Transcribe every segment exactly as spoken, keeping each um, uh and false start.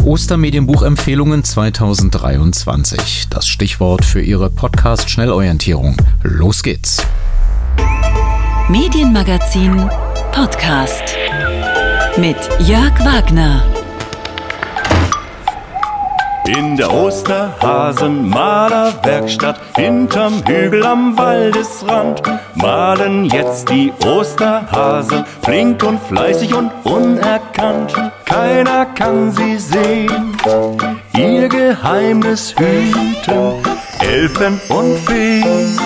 Ostermedienbuchempfehlungen zweitausenddreiundzwanzig. Das Stichwort für Ihre Podcast-Schnellorientierung. Los geht's. Medienmagazin Podcast mit Jörg Wagner. In der Osterhasen-Malerwerkstatt hinterm Hügel am Waldesrand malen jetzt die Osterhasen flink und fleißig und unerkannt. Keiner kann sie sehen, ihr Geheimnis hüten Elfen und Feen,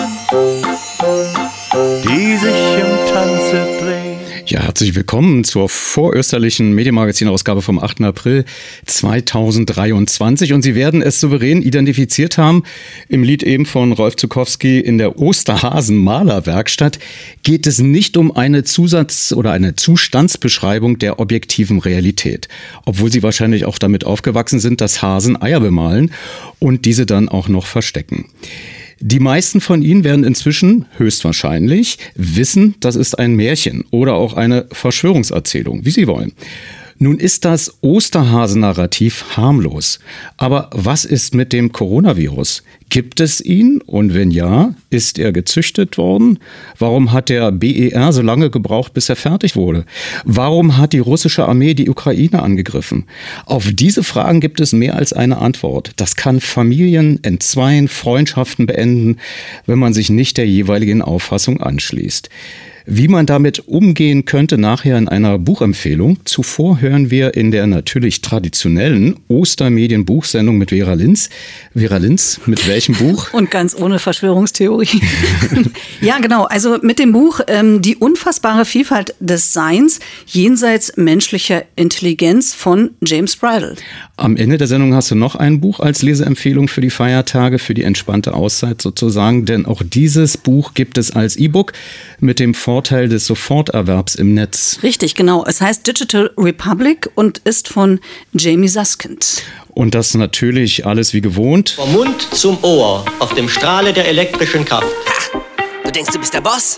die sich im Tanze drehen. Ja, herzlich willkommen zur vorösterlichen Medienmagazin-Ausgabe vom achten April zweitausenddreiundzwanzig. Und Sie werden es souverän identifiziert haben. Im Lied eben von Rolf Zuckowski in der Osterhasen-Malerwerkstatt geht es nicht um eine Zusatz- oder eine Zustandsbeschreibung der objektiven Realität. Obwohl Sie wahrscheinlich auch damit aufgewachsen sind, dass Hasen Eier bemalen und diese dann auch noch verstecken. Die meisten von Ihnen werden inzwischen höchstwahrscheinlich wissen, das ist ein Märchen oder auch eine Verschwörungserzählung, wie Sie wollen. Nun ist das Osterhasen-Narrativ harmlos. Aber was ist mit dem Coronavirus? Gibt es ihn? Und wenn ja, ist er gezüchtet worden? Warum hat der B E R so lange gebraucht, bis er fertig wurde? Warum hat die russische Armee die Ukraine angegriffen? Auf diese Fragen gibt es mehr als eine Antwort. Das kann Familien entzweien, Freundschaften beenden, wenn man sich nicht der jeweiligen Auffassung anschließt. Wie man damit umgehen könnte, nachher in einer Buchempfehlung. Zuvor hören wir in der natürlich traditionellen Ostermedien-Buchsendung mit Vera Linz. Vera Linz, mit welchem Buch? Und ganz ohne Verschwörungstheorie. Ja, genau. Also mit dem Buch ähm, Die unfassbare Vielfalt des Seins jenseits menschlicher Intelligenz von James Bridle. Am Ende der Sendung hast du noch ein Buch als Leseempfehlung für die Feiertage, für die entspannte Auszeit sozusagen. Denn auch dieses Buch gibt es als E-Book mit dem Vorteil des Soforterwerbs im Netz. Richtig, genau. Es heißt Digital Republic und ist von Jamie Suskind. Und das natürlich alles wie gewohnt. Vom Mund zum Ohr, auf dem Strahle der elektrischen Kraft. Ha, du denkst, du bist der Boss?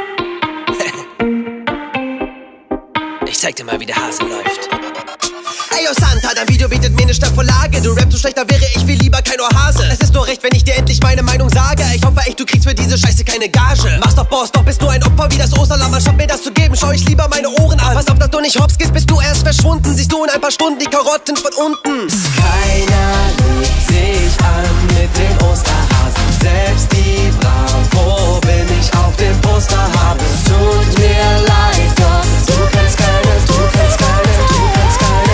Ich zeig dir mal, wie der Hase läuft. Ey, yo, Santa, dein Video bietet mir eine Staffelage. Du rappst so schlecht, da wäre ich viel lieber kein Ohrhase. Es ist nur recht, wenn ich dir endlich meine Meinung sage. Ich hoffe echt, du kriegst für diese Scheiße keine Gage. Machst doch Boss, doch bist du ein Opfer wie das Osterlamm. Anstatt mir das zu geben, schau ich lieber meine Ohren an. Pass auf, dass du nicht hops gehst, bist du erst verschwunden. Siehst du in ein paar Stunden die Karotten von unten. Keiner legt sich an mit den Osterhasen. Selbst die Bravo bin ich auf dem Poster haben. Es tut mir leid, doch du kannst keine, du kannst keine, du kannst keine.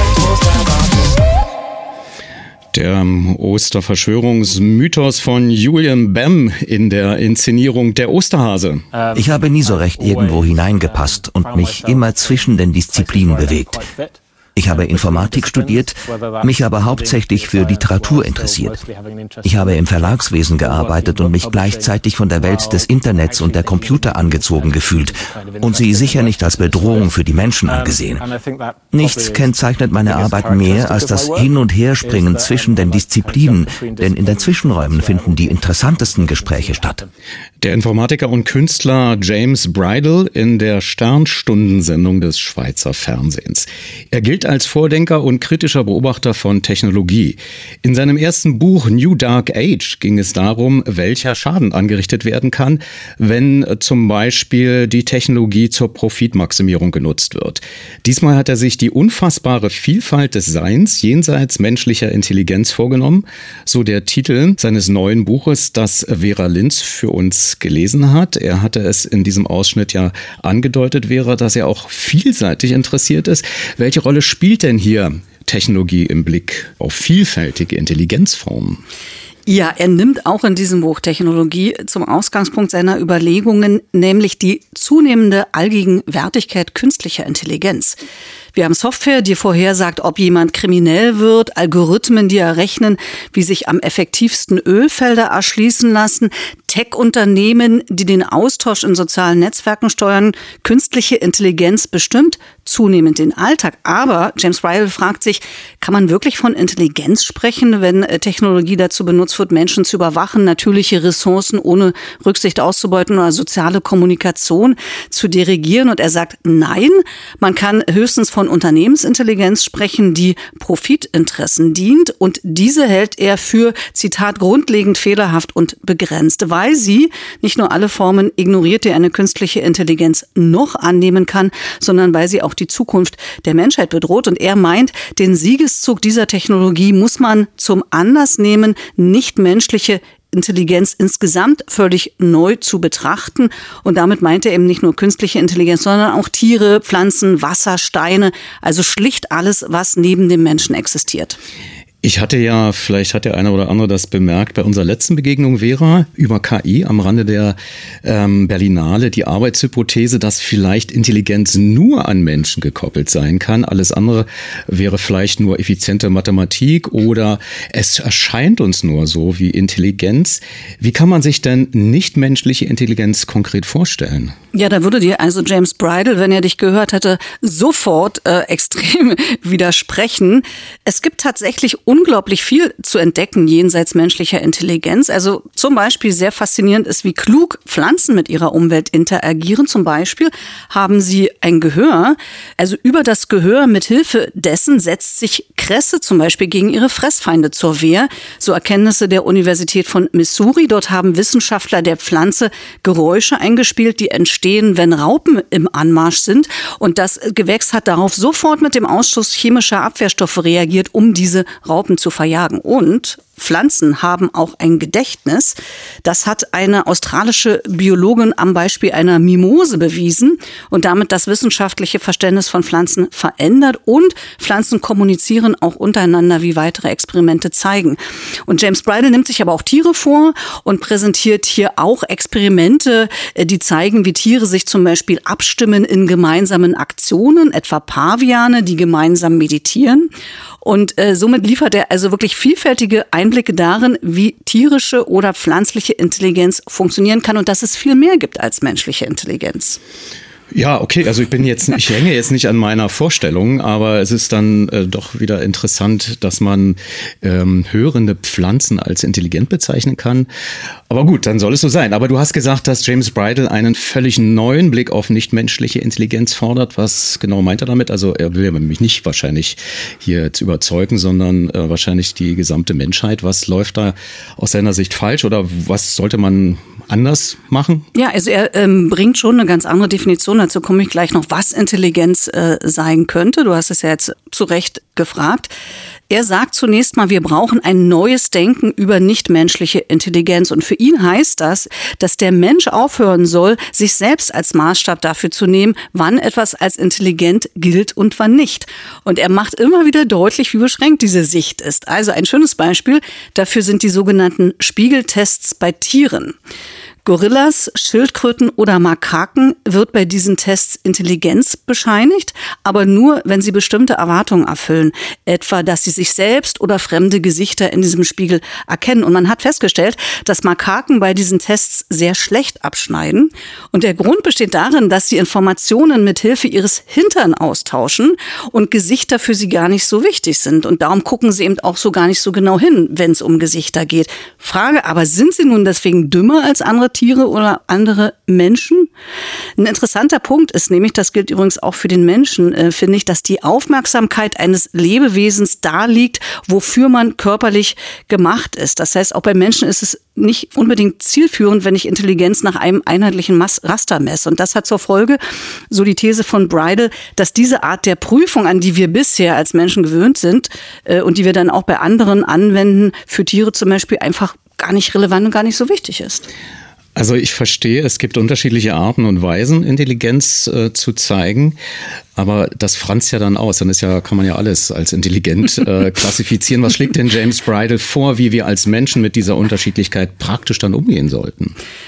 Der Osterverschwörungsmythos von Julian Bam in der Inszenierung Der Osterhase. Ich habe nie so recht irgendwo hineingepasst und mich immer zwischen den Disziplinen bewegt. Ich habe Informatik studiert, mich aber hauptsächlich für Literatur interessiert. Ich habe im Verlagswesen gearbeitet und mich gleichzeitig von der Welt des Internets und der Computer angezogen gefühlt und sie sicher nicht als Bedrohung für die Menschen angesehen. Nichts kennzeichnet meine Arbeit mehr als das Hin- und Herspringen zwischen den Disziplinen, denn in den Zwischenräumen finden die interessantesten Gespräche statt. Der Informatiker und Künstler James Bridle in der Sternstundensendung des Schweizer Fernsehens. Er gilt als Vordenker und kritischer Beobachter von Technologie. In seinem ersten Buch New Dark Age ging es darum, welcher Schaden angerichtet werden kann, wenn zum Beispiel die Technologie zur Profitmaximierung genutzt wird. Diesmal hat er sich die unfassbare Vielfalt des Seins jenseits menschlicher Intelligenz vorgenommen, so der Titel seines neuen Buches, das Vera Linz für uns gelesen hat. Er hatte es in diesem Ausschnitt ja angedeutet, Vera, dass er auch vielseitig interessiert ist. Welche Rolle spielt denn hier Technologie im Blick auf vielfältige Intelligenzformen? Ja, er nimmt auch in diesem Buch Technologie zum Ausgangspunkt seiner Überlegungen, nämlich die zunehmende Allgegenwärtigkeit künstlicher Intelligenz. Wir haben Software, die vorhersagt, ob jemand kriminell wird, Algorithmen, die errechnen, wie sich am effektivsten Ölfelder erschließen lassen, Tech-Unternehmen, die den Austausch in sozialen Netzwerken steuern, künstliche Intelligenz bestimmt zunehmend den Alltag. Aber James Bridle fragt sich, kann man wirklich von Intelligenz sprechen, wenn Technologie dazu benutzt wird, Menschen zu überwachen, natürliche Ressourcen ohne Rücksicht auszubeuten oder soziale Kommunikation zu dirigieren? Und er sagt, nein, man kann höchstens von Unternehmensintelligenz sprechen, die Profitinteressen dient. Und diese hält er für, Zitat, grundlegend fehlerhaft und begrenzt, weil sie nicht nur alle Formen ignoriert, die eine künstliche Intelligenz noch annehmen kann, sondern weil sie auch die Zukunft der Menschheit bedroht. Und er meint, den Siegeszug dieser Technologie muss man zum Anlass nehmen, nichtmenschliche Intelligenz insgesamt völlig neu zu betrachten. Und damit meint er eben nicht nur künstliche Intelligenz, sondern auch Tiere, Pflanzen, Wasser, Steine, also schlicht alles, was neben dem Menschen existiert. Ich hatte ja, vielleicht hat der eine oder andere das bemerkt, bei unserer letzten Begegnung, Vera, über K I am Rande der ähm, Berlinale, die Arbeitshypothese, dass vielleicht Intelligenz nur an Menschen gekoppelt sein kann. Alles andere wäre vielleicht nur effiziente Mathematik oder es erscheint uns nur so wie Intelligenz. Wie kann man sich denn nichtmenschliche Intelligenz konkret vorstellen? Ja, da würde dir also James Bridle, wenn er dich gehört hätte, sofort äh, extrem widersprechen. Es gibt tatsächlich unglaublich viel zu entdecken jenseits menschlicher Intelligenz. Also zum Beispiel sehr faszinierend ist, wie klug Pflanzen mit ihrer Umwelt interagieren. Zum Beispiel haben sie ein Gehör. Also über das Gehör mit Hilfe dessen setzt sich Kresse zum Beispiel gegen ihre Fressfeinde zur Wehr. So Erkenntnisse der Universität von Missouri. Dort haben Wissenschaftler der Pflanze Geräusche eingespielt, die entstehen, wenn Raupen im Anmarsch sind. Und das Gewächs hat darauf sofort mit dem Ausstoß chemischer Abwehrstoffe reagiert, um diese Raupen zu verjagen. Und Pflanzen haben auch ein Gedächtnis. Das hat eine australische Biologin am Beispiel einer Mimose bewiesen und damit das wissenschaftliche Verständnis von Pflanzen verändert. Und Pflanzen kommunizieren auch untereinander, wie weitere Experimente zeigen. Und James Bridle nimmt sich aber auch Tiere vor und präsentiert hier auch Experimente, die zeigen, wie Tiere sich zum Beispiel abstimmen in gemeinsamen Aktionen, etwa Paviane, die gemeinsam meditieren. Und äh, somit liefert er also wirklich vielfältige Einblicke darin, wie tierische oder pflanzliche Intelligenz funktionieren kann und dass es viel mehr gibt als menschliche Intelligenz. Ja, okay, also ich bin jetzt, ich hänge jetzt nicht an meiner Vorstellung, aber es ist dann äh, doch wieder interessant, dass man ähm, hörende Pflanzen als intelligent bezeichnen kann. Aber gut, dann soll es so sein. Aber du hast gesagt, dass James Bridle einen völlig neuen Blick auf nichtmenschliche Intelligenz fordert. Was genau meint er damit? Also er will mich nicht wahrscheinlich hier jetzt überzeugen, sondern äh, wahrscheinlich die gesamte Menschheit. Was läuft da aus seiner Sicht falsch oder was sollte man anders machen? Ja, also er ähm, bringt schon eine ganz andere Definition. Dazu komme ich gleich noch, was Intelligenz äh, sein könnte. Du hast es ja jetzt zu Recht gefragt. Er sagt zunächst mal, wir brauchen ein neues Denken über nichtmenschliche Intelligenz. Und für ihn heißt das, dass der Mensch aufhören soll, sich selbst als Maßstab dafür zu nehmen, wann etwas als intelligent gilt und wann nicht. Und er macht immer wieder deutlich, wie beschränkt diese Sicht ist. Also ein schönes Beispiel dafür sind die sogenannten Spiegeltests bei Tieren. Gorillas, Schildkröten oder Makaken wird bei diesen Tests Intelligenz bescheinigt, aber nur, wenn sie bestimmte Erwartungen erfüllen. Etwa, dass sie sich selbst oder fremde Gesichter in diesem Spiegel erkennen. Und man hat festgestellt, dass Makaken bei diesen Tests sehr schlecht abschneiden. Und der Grund besteht darin, dass sie Informationen mit Hilfe ihres Hintern austauschen und Gesichter für sie gar nicht so wichtig sind. Und darum gucken sie eben auch so gar nicht so genau hin, wenn es um Gesichter geht. Frage aber, sind sie nun deswegen dümmer als andere Tiere oder andere Menschen? Ein interessanter Punkt ist nämlich, das gilt übrigens auch für den Menschen, äh, finde ich, dass die Aufmerksamkeit eines Lebewesens da liegt, wofür man körperlich gemacht ist. Das heißt, auch bei Menschen ist es nicht unbedingt zielführend, wenn ich Intelligenz nach einem einheitlichen Mas- Raster messe. Und das hat zur Folge, so die These von Bridle, dass diese Art der Prüfung, an die wir bisher als Menschen gewöhnt sind äh, und die wir dann auch bei anderen anwenden, für Tiere zum Beispiel einfach gar nicht relevant und gar nicht so wichtig ist. Also ich verstehe, es gibt unterschiedliche Arten und Weisen, Intelligenz äh, zu zeigen, aber das franzt ja dann aus. Dann ist ja, kann man ja alles als intelligent äh, klassifizieren. Was schlägt denn James Bridle vor, wie wir als Menschen mit dieser Unterschiedlichkeit praktisch dann umgehen sollten?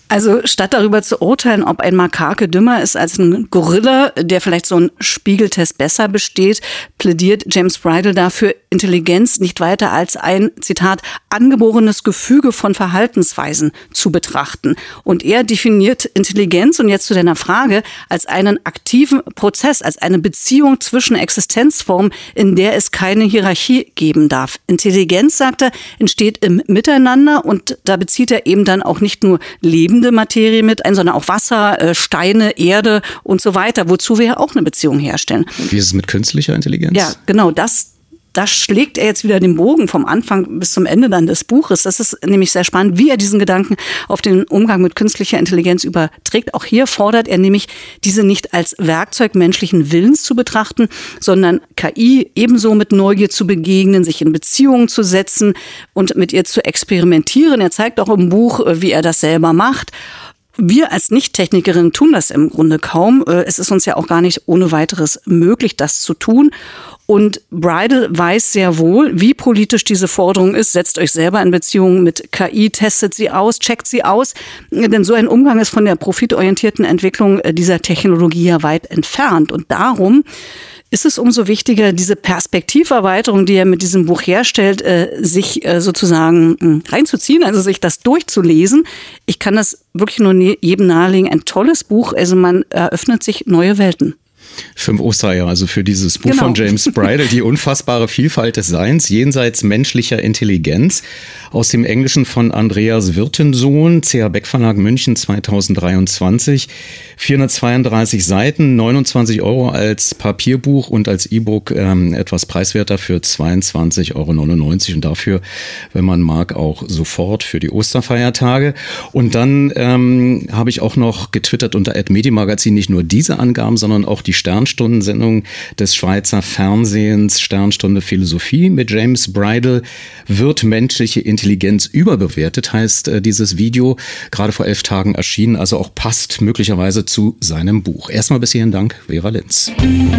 Also statt darüber zu urteilen, ob ein Makake dümmer ist als ein Gorilla, der vielleicht so einen Spiegeltest besser besteht, plädiert James Bridle dafür, Intelligenz nicht weiter als ein, Zitat, angeborenes Gefüge von Verhaltensweisen zu betrachten. Und er definiert Intelligenz, und jetzt zu deiner Frage, als einen aktiven Prozess, als eine Beziehung zwischen Existenzformen, in der es keine Hierarchie geben darf. Intelligenz, sagt er, entsteht im Miteinander, und da bezieht er eben dann auch nicht nur Leben Materie mit ein, sondern auch Wasser, Steine, Erde und so weiter, wozu wir ja auch eine Beziehung herstellen. Wie ist es mit künstlicher Intelligenz? Ja, genau, das Da schlägt er jetzt wieder den Bogen vom Anfang bis zum Ende dann des Buches. Das ist nämlich sehr spannend, wie er diesen Gedanken auf den Umgang mit künstlicher Intelligenz überträgt. Auch hier fordert er nämlich, diese nicht als Werkzeug menschlichen Willens zu betrachten, sondern K I ebenso mit Neugier zu begegnen, sich in Beziehungen zu setzen und mit ihr zu experimentieren. Er zeigt auch im Buch, wie er das selber macht. Wir als Nicht-Technikerinnen tun das im Grunde kaum. Es ist uns ja auch gar nicht ohne weiteres möglich, das zu tun. Und Bridle weiß sehr wohl, wie politisch diese Forderung ist. Setzt euch selber in Beziehung mit K I, testet sie aus, checkt sie aus. Denn so ein Umgang ist von der profitorientierten Entwicklung dieser Technologie ja weit entfernt. Und darum ist es umso wichtiger, diese Perspektiverweiterung, die er mit diesem Buch herstellt, sich sozusagen reinzuziehen, also sich das durchzulesen. Ich kann das wirklich nur jedem nahelegen. Ein tolles Buch, also man eröffnet sich neue Welten. Fünf Ostereier, also für dieses Buch genau. von James Bridle, die unfassbare Vielfalt des Seins jenseits menschlicher Intelligenz, aus dem Englischen von Andreas Wirtensohn, C H Beck Verlag München zweitausenddreiundzwanzig, vierhundertzweiunddreißig Seiten, neunundzwanzig Euro als Papierbuch und als E-Book ähm, etwas preiswerter für zweiundzwanzig Euro neunundneunzig und dafür, wenn man mag, auch sofort für die Osterfeiertage. Und dann ähm, habe ich auch noch getwittert unter at Medienmagazin nicht nur diese Angaben, sondern auch die Sternstundensendung des Schweizer Fernsehens, Sternstunde Philosophie mit James Bridle. Wird menschliche Intelligenz überbewertet, heißt äh, dieses Video, gerade vor elf Tagen erschienen, also auch passt möglicherweise zu seinem Buch. Erstmal bis hierhin Dank, Vera Linz.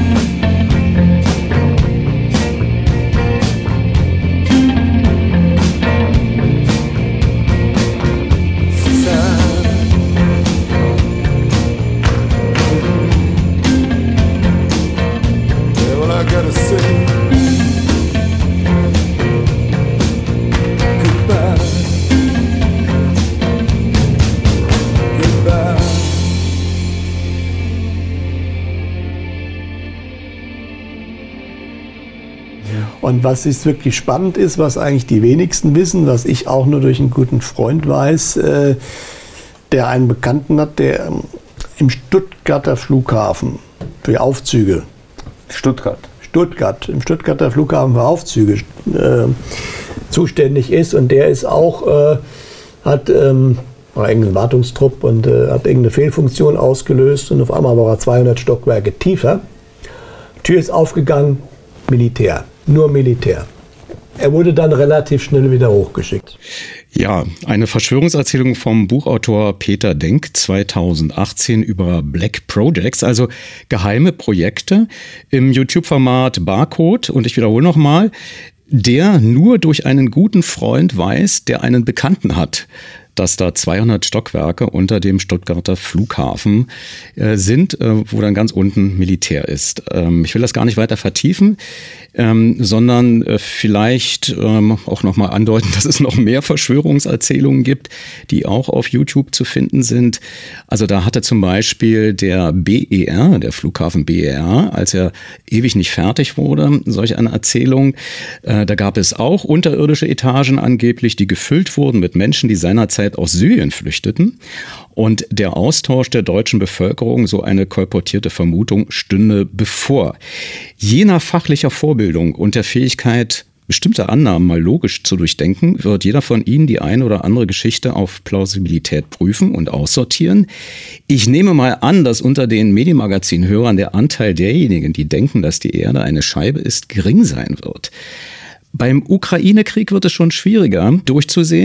Und was ist wirklich spannend ist, was eigentlich die wenigsten wissen, was ich auch nur durch einen guten Freund weiß, äh, der einen Bekannten hat, der ähm, im Stuttgarter Flughafen für Aufzüge. Stuttgart. Stuttgart, im Stuttgarter Flughafen für Aufzüge äh, zuständig ist. Und der ist auch, äh, hat ähm, war irgendein Wartungstrupp und äh, hat irgendeine Fehlfunktion ausgelöst und auf einmal war er zweihundert Stockwerke tiefer. Tür ist aufgegangen, Militär. Nur Militär. Er wurde dann relativ schnell wieder hochgeschickt. Ja, eine Verschwörungserzählung vom Buchautor Peter Denk zweitausendachtzehn über Black Projects, also geheime Projekte im YouTube-Format Barcode. Und ich wiederhole nochmal, der nur durch einen guten Freund weiß, der einen Bekannten hat, dass da zweihundert Stockwerke unter dem Stuttgarter Flughafen äh, sind, äh, wo dann ganz unten Militär ist. Ähm, ich will das gar nicht weiter vertiefen, ähm, sondern äh, vielleicht ähm, auch nochmal andeuten, dass es noch mehr Verschwörungserzählungen gibt, die auch auf YouTube zu finden sind. Also da hatte zum Beispiel der B E R, der Flughafen B E R, als er ewig nicht fertig wurde, solch eine Erzählung. Äh, da gab es auch unterirdische Etagen angeblich, die gefüllt wurden mit Menschen, die seinerzeit aus Syrien flüchteten. Und der Austausch der deutschen Bevölkerung, so eine kolportierte Vermutung, stünde bevor. Je nach fachlicher Vorbildung und der Fähigkeit, bestimmte Annahmen mal logisch zu durchdenken, wird jeder von Ihnen die eine oder andere Geschichte auf Plausibilität prüfen und aussortieren. Ich nehme mal an, dass unter den Medienmagazin-Hörern der Anteil derjenigen, die denken, dass die Erde eine Scheibe ist, gering sein wird. Beim Ukraine-Krieg wird es schon schwieriger durchzusehen,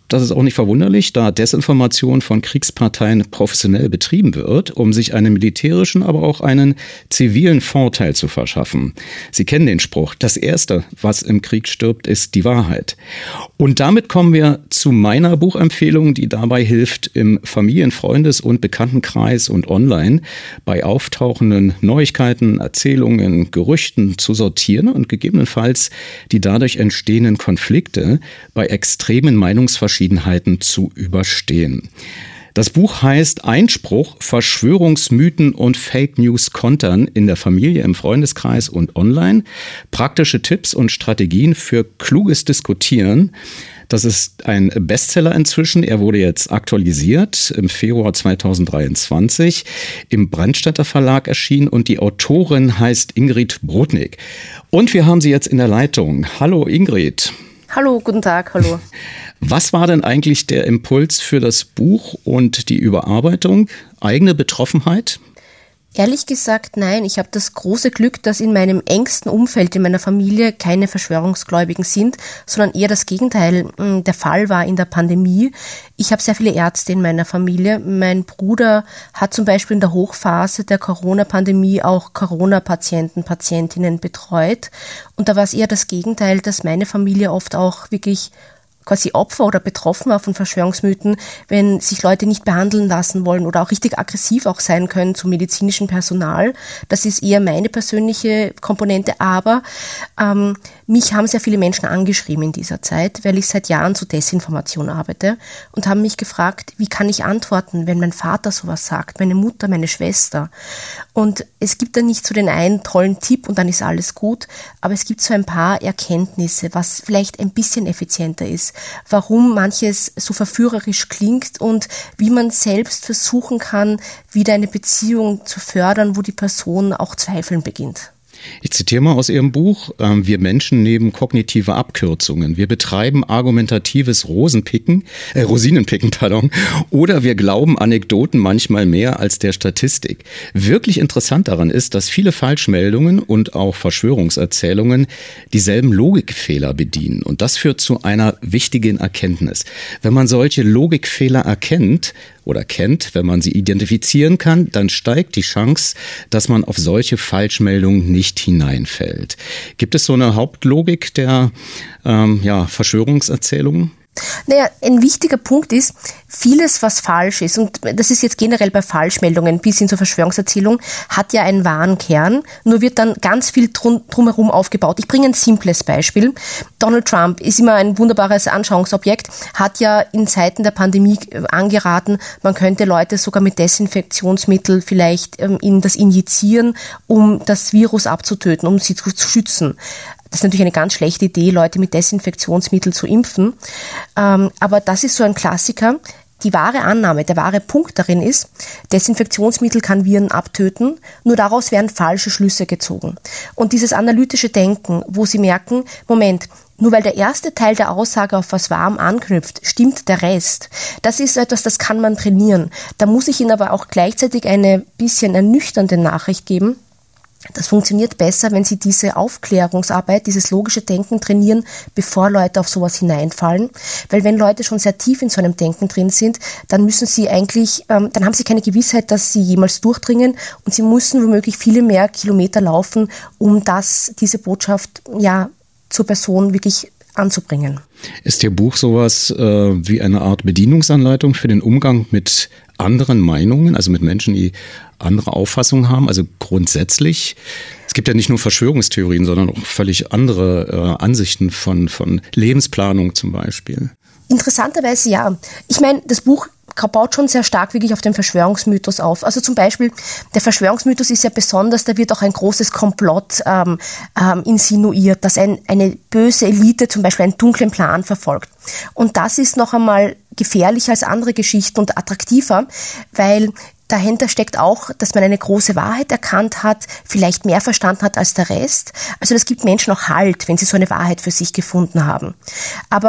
das ist auch nicht verwunderlich, da Desinformation von Kriegsparteien professionell betrieben wird, um sich einen militärischen, aber auch einen zivilen Vorteil zu verschaffen. Sie kennen den Spruch, das Erste, was im Krieg stirbt, ist die Wahrheit. Und damit kommen wir zu meiner Buchempfehlung, die dabei hilft, im Familien-, Freundes- und Bekanntenkreis und online bei auftauchenden Neuigkeiten, Erzählungen, Gerüchten zu sortieren und gegebenenfalls die dadurch entstehenden Konflikte bei extremen Meinungsverschiedenheiten zu überstehen. Das Buch heißt Einspruch, Verschwörungsmythen und Fake News kontern in der Familie, im Freundeskreis und online. Praktische Tipps und Strategien für kluges Diskutieren. Das ist ein Bestseller inzwischen. Er wurde jetzt aktualisiert im Februar zweitausenddreiundzwanzig im Brandstätter Verlag erschienen und die Autorin heißt Ingrid Brodnik. Und wir haben sie jetzt in der Leitung. Hallo Ingrid. Hallo, guten Tag, hallo. Was war denn eigentlich der Impuls für das Buch und die Überarbeitung? Eigene Betroffenheit? Ehrlich gesagt, nein. Ich habe das große Glück, dass in meinem engsten Umfeld, in meiner Familie, keine Verschwörungsgläubigen sind, sondern eher das Gegenteil der Fall war in der Pandemie. Ich habe sehr viele Ärzte in meiner Familie. Mein Bruder hat zum Beispiel in der Hochphase der Corona-Pandemie auch Corona-Patienten, Patientinnen betreut. Und da war es eher das Gegenteil, dass meine Familie oft auch wirklich quasi Opfer oder betroffen war von Verschwörungsmythen, wenn sich Leute nicht behandeln lassen wollen oder auch richtig aggressiv auch sein können zum medizinischen Personal. Das ist eher meine persönliche Komponente, aber ähm, mich haben sehr viele Menschen angeschrieben in dieser Zeit, weil ich seit Jahren zu Desinformation arbeite und haben mich gefragt, wie kann ich antworten, wenn mein Vater sowas sagt, meine Mutter, meine Schwester. Und es gibt da nicht so den einen tollen Tipp und dann ist alles gut, aber es gibt so ein paar Erkenntnisse, was vielleicht ein bisschen effizienter ist, warum manches so verführerisch klingt und wie man selbst versuchen kann, wieder eine Beziehung zu fördern, wo die Person auch zweifeln beginnt. Ich zitiere mal aus Ihrem Buch, wir Menschen nehmen kognitive Abkürzungen. Wir betreiben argumentatives Rosenpicken, äh, Rosinenpicken, pardon, oder wir glauben Anekdoten manchmal mehr als der Statistik. Wirklich interessant daran ist, dass viele Falschmeldungen und auch Verschwörungserzählungen dieselben Logikfehler bedienen. Und das führt zu einer wichtigen Erkenntnis. Wenn man solche Logikfehler erkennt, oder kennt, wenn man sie identifizieren kann, dann steigt die Chance, dass man auf solche Falschmeldungen nicht hineinfällt. Gibt es so eine Hauptlogik der ähm, ja, Verschwörungserzählungen? Naja, ein wichtiger Punkt ist, vieles, was falsch ist, und das ist jetzt generell bei Falschmeldungen bis hin zur Verschwörungserzählung, hat ja einen wahren Kern, nur wird dann ganz viel drum, drumherum aufgebaut. Ich bringe ein simples Beispiel. Donald Trump ist immer ein wunderbares Anschauungsobjekt, hat ja in Zeiten der Pandemie angeraten, man könnte Leute sogar mit Desinfektionsmittel vielleicht ähm, in das injizieren, um das Virus abzutöten, um sie zu, zu schützen. Das ist natürlich eine ganz schlechte Idee, Leute mit Desinfektionsmittel zu impfen. Ähm, aber das ist so ein Klassiker. Die wahre Annahme, der wahre Punkt darin ist, Desinfektionsmittel kann Viren abtöten, nur daraus werden falsche Schlüsse gezogen. Und dieses analytische Denken, wo Sie merken, Moment, nur weil der erste Teil der Aussage auf was Warm anknüpft, stimmt der Rest. Das ist etwas, das kann man trainieren. Da muss ich Ihnen aber auch gleichzeitig eine bisschen ernüchternde Nachricht geben. Das funktioniert besser, wenn Sie diese Aufklärungsarbeit, dieses logische Denken trainieren, bevor Leute auf sowas hineinfallen. Weil wenn Leute schon sehr tief in so einem Denken drin sind, dann müssen sie eigentlich, ähm, dann haben sie keine Gewissheit, dass sie jemals durchdringen und sie müssen womöglich viele mehr Kilometer laufen, um das, diese Botschaft, ja, zur Person wirklich anzubringen. Ist Ihr Buch sowas äh, wie eine Art Bedienungsanleitung für den Umgang mit anderen Meinungen, also mit Menschen, die andere Auffassungen haben, also grundsätzlich? Es gibt ja nicht nur Verschwörungstheorien, sondern auch völlig andere äh, Ansichten von, von Lebensplanung zum Beispiel. Interessanterweise ja. Ich meine, das Buch baut schon sehr stark wirklich auf den Verschwörungsmythos auf. Also zum Beispiel, der Verschwörungsmythos ist ja besonders, da wird auch ein großes Komplott ähm, ähm, insinuiert, dass ein, eine böse Elite zum Beispiel einen dunklen Plan verfolgt. Und das ist noch einmal gefährlicher als andere Geschichten und attraktiver, weil dahinter steckt auch, dass man eine große Wahrheit erkannt hat, vielleicht mehr verstanden hat als der Rest. Also das gibt Menschen auch Halt, wenn sie so eine Wahrheit für sich gefunden haben. Aber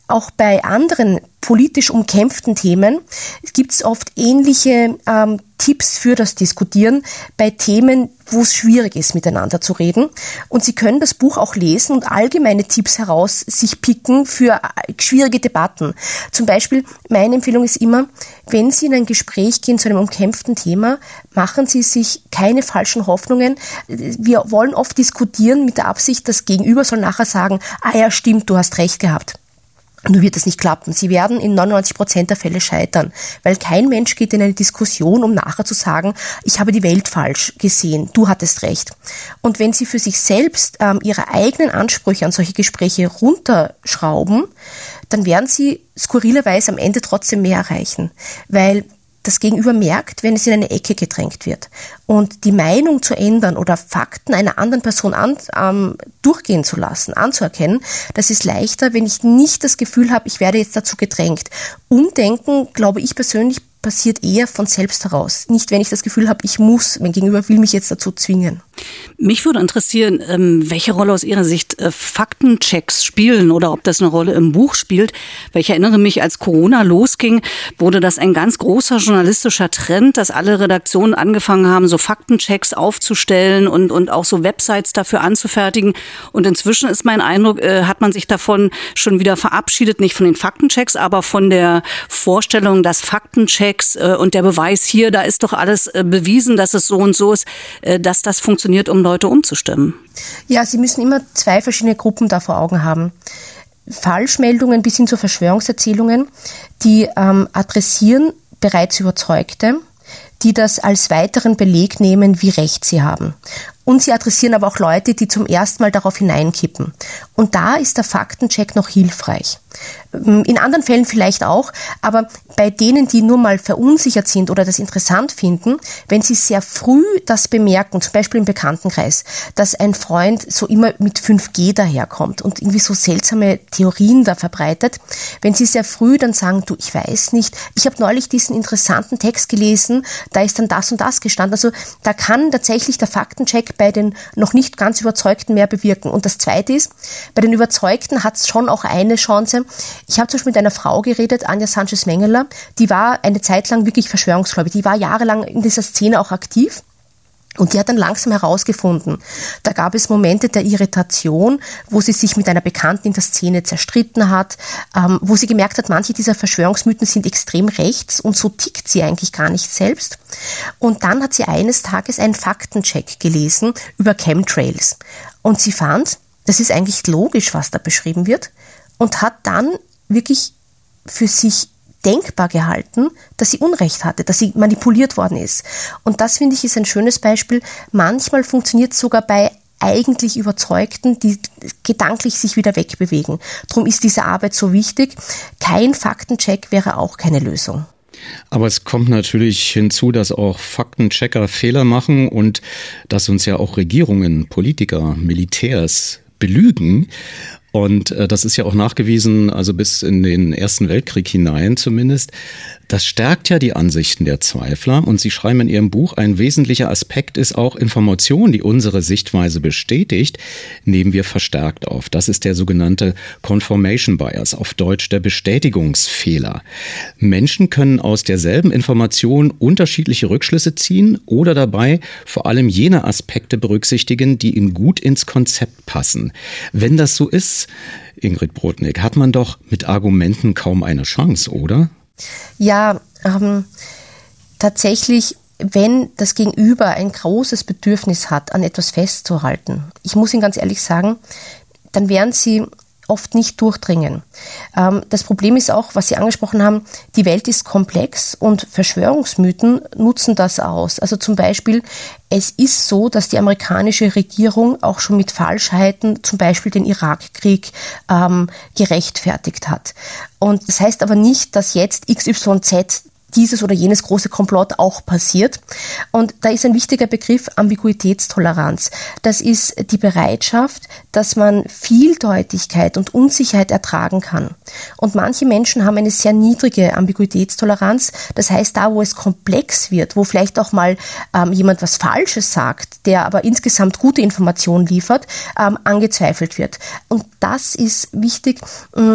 auch bei anderen politisch umkämpften Themen gibt es oft ähnliche ähm, Tipps für das Diskutieren bei Themen, wo es schwierig ist, miteinander zu reden. Und Sie können das Buch auch lesen und allgemeine Tipps heraus sich picken für schwierige Debatten. Zum Beispiel, meine Empfehlung ist immer, wenn Sie in ein Gespräch gehen zu einem umkämpften Thema, machen Sie sich keine falschen Hoffnungen. Wir wollen oft diskutieren mit der Absicht, das Gegenüber soll nachher sagen, ah ja, stimmt, du hast recht gehabt. Nur wird das nicht klappen. Sie werden in neunundneunzig Prozent der Fälle scheitern, weil kein Mensch geht in eine Diskussion, um nachher zu sagen, ich habe die Welt falsch gesehen, du hattest recht. Und wenn Sie für sich selbst ähm, Ihre eigenen Ansprüche an solche Gespräche runterschrauben, dann werden Sie skurrilerweise am Ende trotzdem mehr erreichen, weil das Gegenüber merkt, wenn es in eine Ecke gedrängt wird. Und die Meinung zu ändern oder Fakten einer anderen Person an, ähm, durchgehen zu lassen, anzuerkennen, das ist leichter, wenn ich nicht das Gefühl habe, ich werde jetzt dazu gedrängt. Umdenken, glaube ich persönlich, passiert eher von selbst heraus. Nicht, wenn ich das Gefühl habe, ich muss, mein Gegenüber will mich jetzt dazu zwingen. Mich würde interessieren, welche Rolle aus Ihrer Sicht Faktenchecks spielen oder ob das eine Rolle im Buch spielt. Weil ich erinnere mich, als Corona losging, wurde das ein ganz großer journalistischer Trend, dass alle Redaktionen angefangen haben, so Faktenchecks aufzustellen und, und auch so Websites dafür anzufertigen. Und inzwischen ist mein Eindruck, hat man sich davon schon wieder verabschiedet, nicht von den Faktenchecks, aber von der Vorstellung, dass Faktenchecks und der Beweis hier, da ist doch alles bewiesen, dass es so und so ist, dass das funktioniert, um Leute umzustimmen. Ja, Sie müssen immer zwei verschiedene Gruppen da vor Augen haben. Falschmeldungen bis hin zu Verschwörungserzählungen, die ähm, adressieren bereits Überzeugte, die das als weiteren Beleg nehmen, wie recht sie haben. Und sie adressieren aber auch Leute, die zum ersten Mal darauf hineinkippen. Und da ist der Faktencheck noch hilfreich. In anderen Fällen vielleicht auch, aber bei denen, die nur mal verunsichert sind oder das interessant finden, wenn sie sehr früh das bemerken, zum Beispiel im Bekanntenkreis, dass ein Freund so immer mit fünf G daherkommt und irgendwie so seltsame Theorien da verbreitet, wenn sie sehr früh dann sagen, du, ich weiß nicht, ich habe neulich diesen interessanten Text gelesen, da ist dann das und das gestanden. Also da kann tatsächlich der Faktencheck bei den noch nicht ganz Überzeugten mehr bewirken. Und das Zweite ist, bei den Überzeugten hat es schon auch eine Chance. Ich habe zum Beispiel mit einer Frau geredet, Anja Sanchez-Mengeler, die war eine Zeit lang wirklich verschwörungsgläubig. Die war jahrelang in dieser Szene auch aktiv. Und die hat dann langsam herausgefunden, da gab es Momente der Irritation, wo sie sich mit einer Bekannten in der Szene zerstritten hat, ähm, wo sie gemerkt hat, manche dieser Verschwörungsmythen sind extrem rechts und so tickt sie eigentlich gar nicht selbst. Und dann hat sie eines Tages einen Faktencheck gelesen über Chemtrails. Und sie fand, das ist eigentlich logisch, was da beschrieben wird, und hat dann wirklich für sich denkbar gehalten, dass sie Unrecht hatte, dass sie manipuliert worden ist. Und das, finde ich, ist ein schönes Beispiel. Manchmal funktioniert es sogar bei eigentlich Überzeugten, die gedanklich sich wieder wegbewegen. Darum ist diese Arbeit so wichtig. Kein Faktencheck wäre auch keine Lösung. Aber es kommt natürlich hinzu, dass auch Faktenchecker Fehler machen und dass uns ja auch Regierungen, Politiker, Militärs belügen. Und äh, das ist ja auch nachgewiesen, also bis in den Ersten Weltkrieg hinein zumindest. Das stärkt ja die Ansichten der Zweifler. Und Sie schreiben in Ihrem Buch, ein wesentlicher Aspekt ist auch Information, die unsere Sichtweise bestätigt, nehmen wir verstärkt auf. Das ist der sogenannte Confirmation Bias, auf Deutsch der Bestätigungsfehler. Menschen können aus derselben Information unterschiedliche Rückschlüsse ziehen oder dabei vor allem jene Aspekte berücksichtigen, die ihnen gut ins Konzept passen. Wenn das so ist, Ingrid Brodnik, hat man doch mit Argumenten kaum eine Chance, oder? Ja, ähm, tatsächlich, wenn das Gegenüber ein großes Bedürfnis hat, an etwas festzuhalten, ich muss Ihnen ganz ehrlich sagen, dann werden Sie oft nicht durchdringen. Ähm, das Problem ist auch, was Sie angesprochen haben, die Welt ist komplex und Verschwörungsmythen nutzen das aus. Also zum Beispiel, es ist so, dass die amerikanische Regierung auch schon mit Falschheiten zum Beispiel den Irakkrieg ähm, gerechtfertigt hat. Und das heißt aber nicht, dass jetzt X Y Z dieses oder jenes große Komplott auch passiert. Und da ist ein wichtiger Begriff Ambiguitätstoleranz. Das ist die Bereitschaft, dass man Vieldeutigkeit und Unsicherheit ertragen kann. Und manche Menschen haben eine sehr niedrige Ambiguitätstoleranz. Das heißt, da, wo es komplex wird, wo vielleicht auch mal ähm, jemand was Falsches sagt, der aber insgesamt gute Informationen liefert, ähm, angezweifelt wird. Und das ist wichtig. Mh,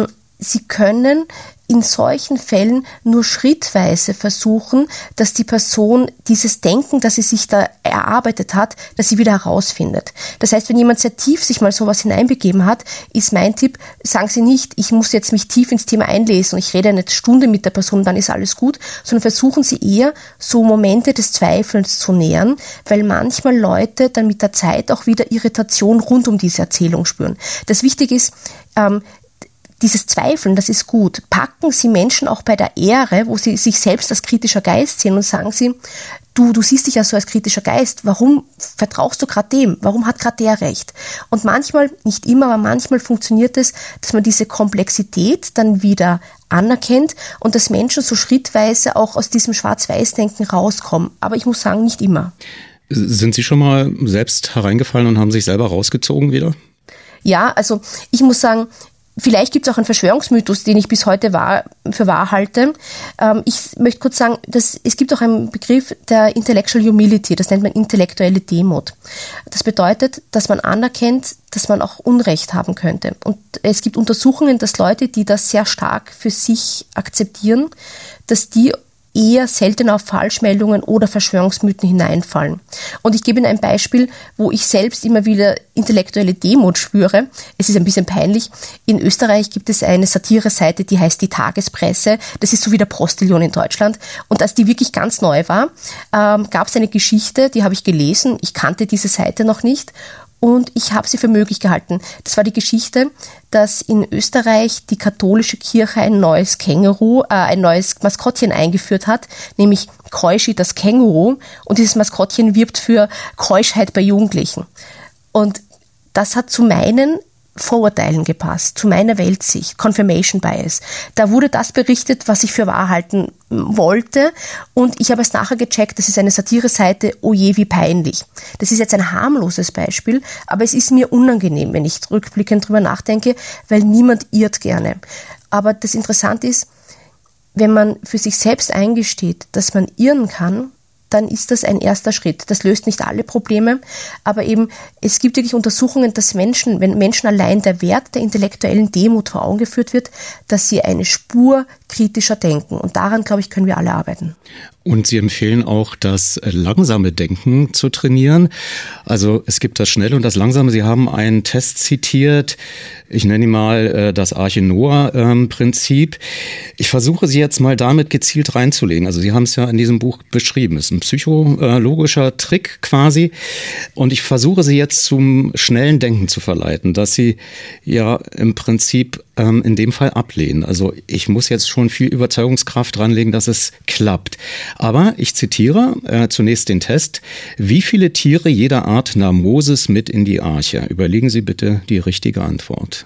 sie können in solchen Fällen nur schrittweise versuchen, dass die Person dieses Denken, das sie sich da erarbeitet hat, dass sie wieder herausfindet. Das heißt, wenn jemand sehr tief sich mal sowas hineinbegeben hat, ist mein Tipp, sagen Sie nicht, ich muss jetzt mich tief ins Thema einlesen und ich rede eine Stunde mit der Person, dann ist alles gut, sondern versuchen Sie eher, so Momente des Zweifelns zu nähern, weil manchmal Leute dann mit der Zeit auch wieder Irritation rund um diese Erzählung spüren. Das Wichtige ist, ähm, dieses Zweifeln, das ist gut. Packen Sie Menschen auch bei der Ehre, wo sie sich selbst als kritischer Geist sehen und sagen Sie, du, du siehst dich ja so als kritischer Geist, warum vertraust du gerade dem? Warum hat gerade der recht? Und manchmal, nicht immer, aber manchmal funktioniert es, dass man diese Komplexität dann wieder anerkennt und dass Menschen so schrittweise auch aus diesem Schwarz-Weiß-Denken rauskommen. Aber ich muss sagen, nicht immer. Sind Sie schon mal selbst hereingefallen und haben sich selber rausgezogen wieder? Ja, also ich muss sagen, vielleicht gibt es auch einen Verschwörungsmythos, den ich bis heute wahr, für wahr halte. Ähm, ich möchte kurz sagen, dass es gibt auch einen Begriff der Intellectual Humility, das nennt man intellektuelle Demut. Das bedeutet, dass man anerkennt, dass man auch Unrecht haben könnte. Und es gibt Untersuchungen, dass Leute, die das sehr stark für sich akzeptieren, dass die eher selten auf Falschmeldungen oder Verschwörungsmythen hineinfallen. Und ich gebe Ihnen ein Beispiel, wo ich selbst immer wieder intellektuelle Demut spüre. Es ist ein bisschen peinlich. In Österreich gibt es eine Satire-Seite, die heißt die Tagespresse. Das ist so wie der Postillon in Deutschland. Und als die wirklich ganz neu war, ähm, gab es eine Geschichte, die habe ich gelesen. Ich kannte diese Seite noch nicht. Und ich habe sie für möglich gehalten. Das war die Geschichte, dass in Österreich die katholische Kirche ein neues Känguru, äh, ein neues Maskottchen eingeführt hat, nämlich Keuschi, das Känguru. Und dieses Maskottchen wirbt für Keuschheit bei Jugendlichen. Und das hat zu meinen Vorurteilen gepasst, zu meiner Weltsicht, Confirmation Bias. Da wurde das berichtet, was ich für wahr halten wollte, und ich habe es nachher gecheckt, das ist eine Satire-Seite, oh je, wie peinlich. Das ist jetzt ein harmloses Beispiel, aber es ist mir unangenehm, wenn ich rückblickend drüber nachdenke, weil niemand irrt gerne. Aber das Interessante ist, wenn man für sich selbst eingesteht, dass man irren kann, dann ist das ein erster Schritt. Das löst nicht alle Probleme, aber eben, es gibt wirklich Untersuchungen, dass Menschen, wenn Menschen allein der Wert der intellektuellen Demut vor Augen geführt wird, dass sie eine Spur kritischer denken. Und daran, glaube ich, können wir alle arbeiten. Und Sie empfehlen auch, das langsame Denken zu trainieren. Also es gibt das Schnelle und das Langsame. Sie haben einen Test zitiert, ich nenne ihn mal das Arche Noah-Prinzip. Ich versuche Sie jetzt mal damit gezielt reinzulegen. Also Sie haben es ja in diesem Buch beschrieben. Es ist ein psychologischer Trick quasi. Und ich versuche Sie jetzt zum schnellen Denken zu verleiten, dass Sie ja im Prinzip ähm, in dem Fall ablehnen. Also ich muss jetzt schon viel Überzeugungskraft dranlegen, dass es klappt. Aber ich zitiere äh, zunächst den Test. Wie viele Tiere jeder Art nahm Moses mit in die Arche? Überlegen Sie bitte die richtige Antwort.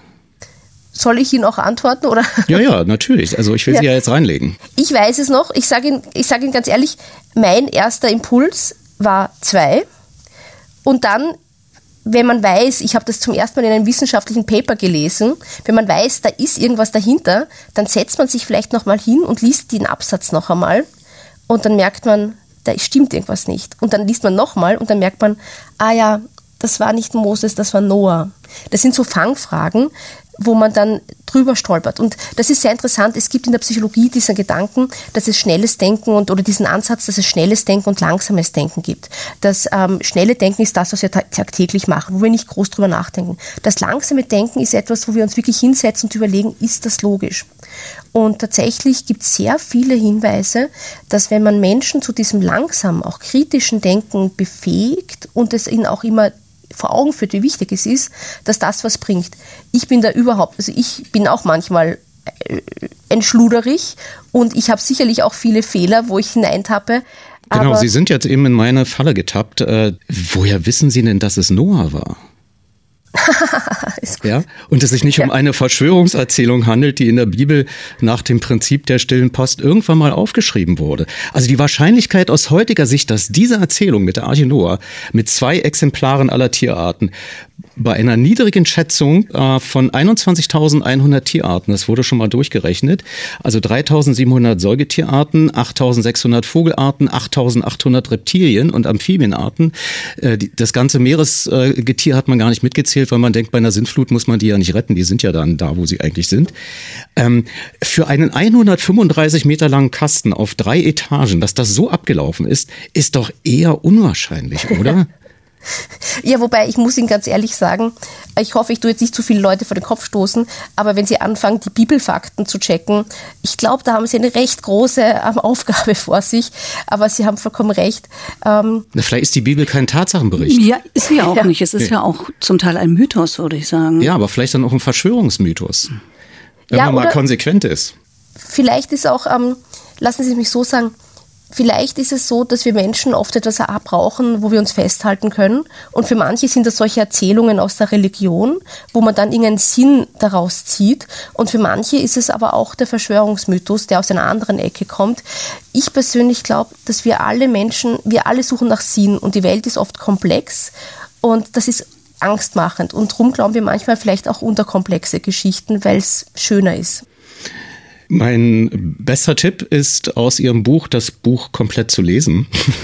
Soll ich Ihnen auch antworten, oder? Ja, ja, natürlich. Also ich will ja. Sie ja jetzt reinlegen. Ich weiß es noch. Ich sage Ihnen, ich sage Ihnen ganz ehrlich, mein erster Impuls war zwei. Und dann, wenn man weiß, ich habe das zum ersten Mal in einem wissenschaftlichen Paper gelesen, wenn man weiß, da ist irgendwas dahinter, dann setzt man sich vielleicht noch mal hin und liest den Absatz noch einmal. Und dann merkt man, da stimmt irgendwas nicht. Und dann liest man nochmal und dann merkt man, ah ja, das war nicht Moses, das war Noah. Das sind so Fangfragen, wo man dann drüber stolpert. Und das ist sehr interessant. Es gibt in der Psychologie diesen Gedanken, dass es schnelles Denken und oder diesen Ansatz, dass es schnelles Denken und langsames Denken gibt. Das ähm, schnelle Denken ist das, was wir tagtäglich machen, wo wir nicht groß drüber nachdenken. Das langsame Denken ist etwas, wo wir uns wirklich hinsetzen und überlegen, ist das logisch? Und tatsächlich gibt es sehr viele Hinweise, dass wenn man Menschen zu diesem langsamen, auch kritischen Denken befähigt und es ihnen auch immer vor Augen führt, wie wichtig es ist, dass das was bringt. Ich bin da überhaupt, also ich bin auch manchmal entschluderig und ich habe sicherlich auch viele Fehler, wo ich hineintappe. Genau, Sie sind jetzt eben in meine Falle getappt. Äh, woher wissen Sie denn, dass es Noah war? Ja, und es sich nicht ja. um eine Verschwörungserzählung handelt, die in der Bibel nach dem Prinzip der stillen Post irgendwann mal aufgeschrieben wurde. Also die Wahrscheinlichkeit aus heutiger Sicht, dass diese Erzählung mit der Arche Noah mit zwei Exemplaren aller Tierarten bei einer niedrigen Schätzung äh, von einundzwanzigtausendeinhundert Tierarten, das wurde schon mal durchgerechnet, also dreitausendsiebenhundert Säugetierarten, achttausendsechshundert Vogelarten, achttausendachthundert Reptilien und Amphibienarten. Äh, die, das ganze Meeresgetier äh, hat man gar nicht mitgezählt, weil man denkt, bei einer Sintflut muss man die ja nicht retten, die sind ja dann da, wo sie eigentlich sind. Ähm, für einen hundertfünfunddreißig Meter langen Kasten auf drei Etagen, dass das so abgelaufen ist, ist doch eher unwahrscheinlich, oder? Ja, wobei ich muss Ihnen ganz ehrlich sagen, ich hoffe, ich tue jetzt nicht zu viele Leute vor den Kopf stoßen, aber wenn Sie anfangen, die Bibelfakten zu checken, ich glaube, da haben Sie eine recht große ähm, Aufgabe vor sich, aber Sie haben vollkommen recht. Ähm Na, vielleicht ist die Bibel kein Tatsachenbericht. Ja, ist sie ja auch ja. nicht. Es ist ja. ja auch zum Teil ein Mythos, würde ich sagen. Ja, aber vielleicht dann auch ein Verschwörungsmythos, wenn ja, man mal konsequent ist. Vielleicht ist auch, ähm, lassen Sie mich so sagen, vielleicht ist es so, dass wir Menschen oft etwas brauchen, wo wir uns festhalten können. Und für manche sind das solche Erzählungen aus der Religion, wo man dann irgendeinen Sinn daraus zieht. Und für manche ist es aber auch der Verschwörungsmythos, der aus einer anderen Ecke kommt. Ich persönlich glaube, dass wir alle Menschen, wir alle suchen nach Sinn. Und die Welt ist oft komplex. Und das ist angstmachend. Und darum glauben wir manchmal vielleicht auch unterkomplexe Geschichten, weil es schöner ist. Mein bester Tipp ist, aus Ihrem Buch das Buch komplett zu lesen.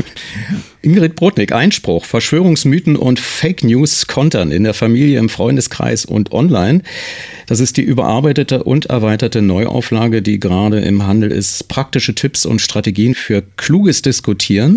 Ingrid Brodnik, Einspruch, Verschwörungsmythen und Fake News kontern in der Familie, im Freundeskreis und online. Das ist die überarbeitete und erweiterte Neuauflage, die gerade im Handel ist. Praktische Tipps und Strategien für kluges Diskutieren.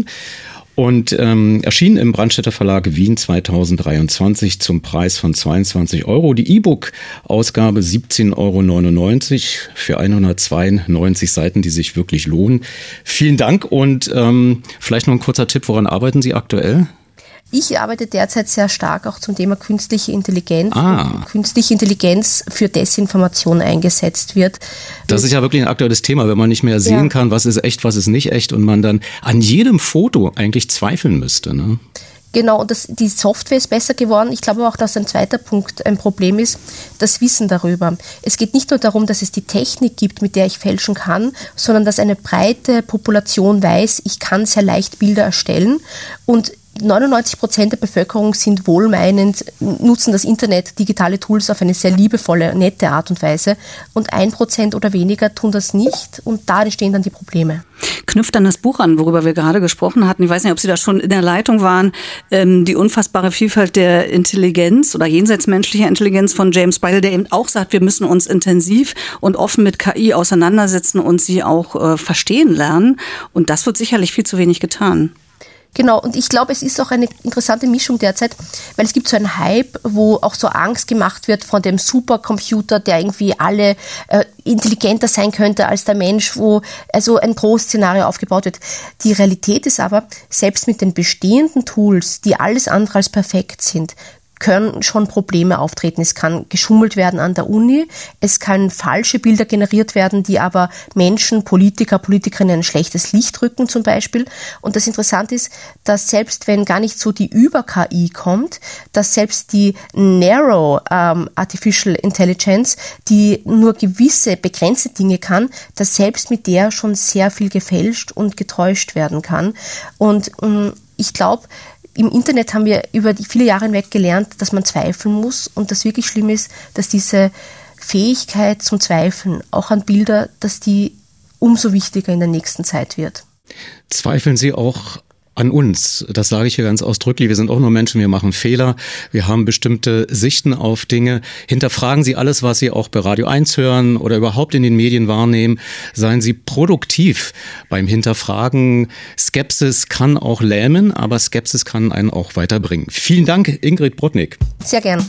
Und ähm, erschien im Brandstätter Verlag Wien zweitausenddreiundzwanzig zum Preis von zweiundzwanzig Euro. Die E-Book-Ausgabe siebzehn Euro neunundneunzig für hundertzweiundneunzig Seiten, die sich wirklich lohnen. Vielen Dank und ähm, vielleicht noch ein kurzer Tipp, woran arbeiten Sie aktuell? Ich arbeite derzeit sehr stark auch zum Thema künstliche Intelligenz, ah. wo künstliche Intelligenz für Desinformation eingesetzt wird. Das ist ja wirklich ein aktuelles Thema, wenn man nicht mehr sehen ja. kann, was ist echt, was ist nicht echt und man dann an jedem Foto eigentlich zweifeln müsste, ne? Genau, und das, die Software ist besser geworden. Ich glaube auch, dass ein zweiter Punkt ein Problem ist, das Wissen darüber. Es geht nicht nur darum, dass es die Technik gibt, mit der ich fälschen kann, sondern dass eine breite Population weiß, ich kann sehr leicht Bilder erstellen und neunundneunzig Prozent der Bevölkerung sind wohlmeinend, nutzen das Internet, digitale Tools auf eine sehr liebevolle, nette Art und Weise und ein Prozent oder weniger tun das nicht und da entstehen dann die Probleme. Knüpft an das Buch an, worüber wir gerade gesprochen hatten. Ich weiß nicht, ob Sie da schon in der Leitung waren. Ähm, die unfassbare Vielfalt der Intelligenz oder jenseitsmenschlicher Intelligenz von James Bridle, der eben auch sagt, wir müssen uns intensiv und offen mit K I auseinandersetzen und sie auch äh, verstehen lernen. Und das wird sicherlich viel zu wenig getan. Genau, und ich glaube, es ist auch eine interessante Mischung derzeit, weil es gibt so einen Hype, wo auch so Angst gemacht wird von dem Supercomputer, der irgendwie alle äh, intelligenter sein könnte als der Mensch, wo also ein Großszenario aufgebaut wird. Die Realität ist aber, selbst mit den bestehenden Tools, die alles andere als perfekt sind, können schon Probleme auftreten. Es kann geschummelt werden an der Uni, es kann falsche Bilder generiert werden, die aber Menschen, Politiker, Politikerinnen ein schlechtes Licht rücken zum Beispiel. Und das Interessante ist, dass selbst wenn gar nicht so die Über-K I kommt, dass selbst die Narrow ähm, Artificial Intelligence, die nur gewisse begrenzte Dinge kann, dass selbst mit der schon sehr viel gefälscht und getäuscht werden kann. Und ähm, ich glaube, im Internet haben wir über die viele Jahre hinweg gelernt, dass man zweifeln muss und das wirklich schlimm ist, dass diese Fähigkeit zum Zweifeln auch an Bilder, dass die umso wichtiger in der nächsten Zeit wird. Zweifeln Sie auch an uns? Das sage ich hier ganz ausdrücklich. Wir sind auch nur Menschen, wir machen Fehler. Wir haben bestimmte Sichten auf Dinge. Hinterfragen Sie alles, was Sie auch bei Radio eins hören oder überhaupt in den Medien wahrnehmen. Seien Sie produktiv beim Hinterfragen. Skepsis kann auch lähmen, aber Skepsis kann einen auch weiterbringen. Vielen Dank, Ingrid Brodnik. Sehr gern.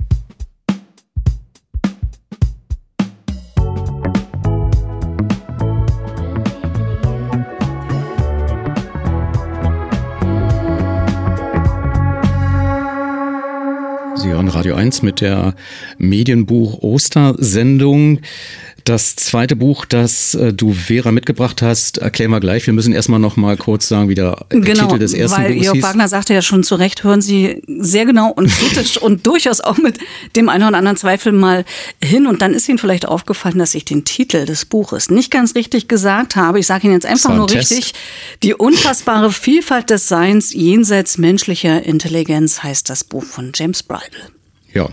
Sie hören Radio eins mit der Medienbuch-Ostersendung. Das zweite Buch, das äh, du, Vera, mitgebracht hast, erklären wir gleich. Wir müssen erstmal noch mal kurz sagen, wie der genau, Titel des ersten weil Buches Jörg hieß. Wagner sagte ja schon zu Recht, hören Sie sehr genau und kritisch und durchaus auch mit dem einen oder anderen Zweifel mal hin. Und dann ist Ihnen vielleicht aufgefallen, dass ich den Titel des Buches nicht ganz richtig gesagt habe. Ich sage Ihnen jetzt einfach nur Test. richtig. Die unfassbare Vielfalt des Seins jenseits menschlicher Intelligenz heißt das Buch von James Bridle. Ja,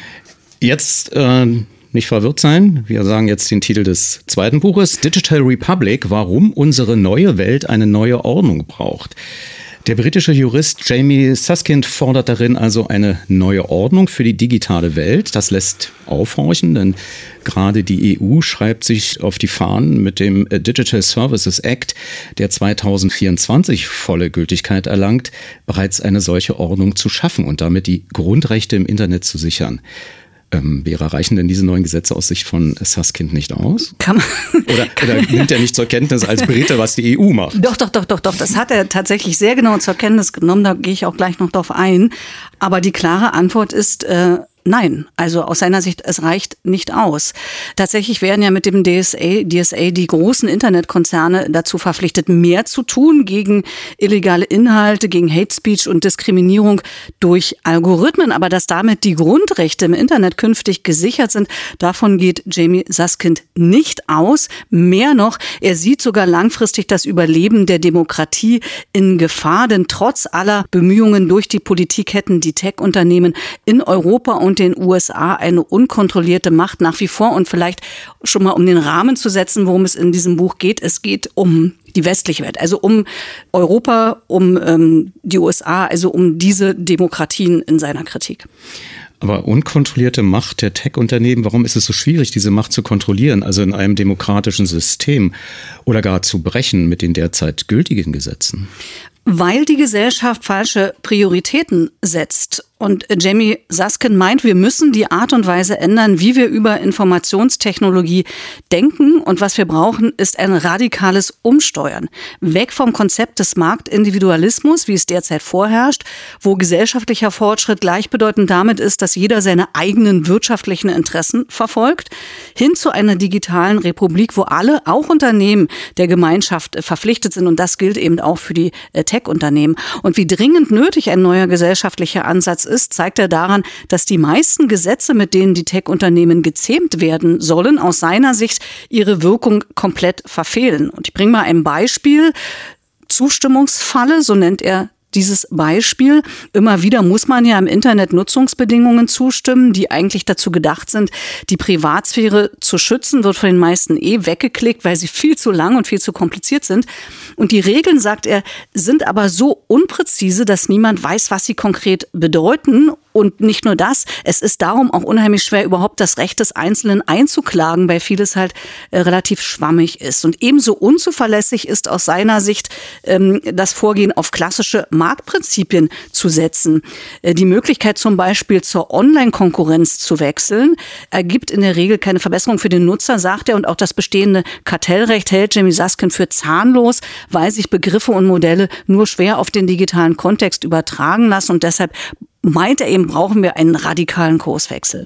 jetzt äh, nicht verwirrt sein. Wir sagen jetzt den Titel des zweiten Buches, Digital Republic, warum unsere neue Welt eine neue Ordnung braucht. Der britische Jurist Jamie Susskind fordert darin also eine neue Ordnung für die digitale Welt. Das lässt aufhorchen, denn gerade die E U schreibt sich auf die Fahnen mit dem Digital Services Act, der zweitausendvierundzwanzig volle Gültigkeit erlangt, bereits eine solche Ordnung zu schaffen und damit die Grundrechte im Internet zu sichern. Ähm, Vera, reichen denn diese neuen Gesetze aus Sicht von Susskind nicht aus? Kann man oder, oder nimmt er nicht zur Kenntnis als Brite, was die E U macht? Doch, doch, doch, doch, doch. Das hat er tatsächlich sehr genau zur Kenntnis genommen. Da gehe ich auch gleich noch drauf ein. Aber die klare Antwort ist äh, nein. Also aus seiner Sicht, es reicht nicht aus. Tatsächlich werden ja mit dem D S A, D S A die großen Internetkonzerne dazu verpflichtet, mehr zu tun gegen illegale Inhalte, gegen Hate Speech und Diskriminierung durch Algorithmen. Aber dass damit die Grundrechte im Internet künftig gesichert sind, davon geht Jamie Susskind nicht aus. Mehr noch, er sieht sogar langfristig das Überleben der Demokratie in Gefahr. Denn trotz aller Bemühungen durch die Politik hätten die Tech-Unternehmen in Europa und den U S A eine unkontrollierte Macht nach wie vor. Und vielleicht schon mal um den Rahmen zu setzen, worum es in diesem Buch geht. Es geht um die westliche Welt, also um Europa, um ähm, die U S A, also um diese Demokratien in seiner Kritik. Aber unkontrollierte Macht der Tech-Unternehmen, warum ist es so schwierig, diese Macht zu kontrollieren, also in einem demokratischen System oder gar zu brechen mit den derzeit gültigen Gesetzen? Weil die Gesellschaft falsche Prioritäten setzt. Und Jamie Susskind meint, wir müssen die Art und Weise ändern, wie wir über Informationstechnologie denken. Und was wir brauchen, ist ein radikales Umsteuern. Weg vom Konzept des Marktindividualismus, wie es derzeit vorherrscht, wo gesellschaftlicher Fortschritt gleichbedeutend damit ist, dass jeder seine eigenen wirtschaftlichen Interessen verfolgt, hin zu einer digitalen Republik, wo alle, auch Unternehmen der Gemeinschaft, verpflichtet sind. Und das gilt eben auch für die Tech-Unternehmen. Und wie dringend nötig ein neuer gesellschaftlicher Ansatz ist, zeigt er daran, dass die meisten Gesetze, mit denen die Tech-Unternehmen gezähmt werden sollen, aus seiner Sicht ihre Wirkung komplett verfehlen. Und ich bringe mal ein Beispiel. Zustimmungsfalle, so nennt er dieses Beispiel. Immer wieder muss man ja im Internet Nutzungsbedingungen zustimmen, die eigentlich dazu gedacht sind, die Privatsphäre zu schützen, wird von den meisten eh weggeklickt, weil sie viel zu lang und viel zu kompliziert sind. Und die Regeln, sagt er, sind aber so unpräzise, dass niemand weiß, was sie konkret bedeuten. Und nicht nur das, es ist darum auch unheimlich schwer, überhaupt das Recht des Einzelnen einzuklagen, weil vieles halt äh, relativ schwammig ist. Und ebenso unzuverlässig ist aus seiner Sicht ähm, das Vorgehen auf klassische Marktprinzipien zu setzen. Äh, die Möglichkeit zum Beispiel zur Online-Konkurrenz zu wechseln, ergibt in der Regel keine Verbesserung für den Nutzer, sagt er. Und auch das bestehende Kartellrecht hält Jamie Susskind für zahnlos, weil sich Begriffe und Modelle nur schwer auf den digitalen Kontext übertragen lassen. Und deshalb meint er eben, brauchen wir einen radikalen Kurswechsel.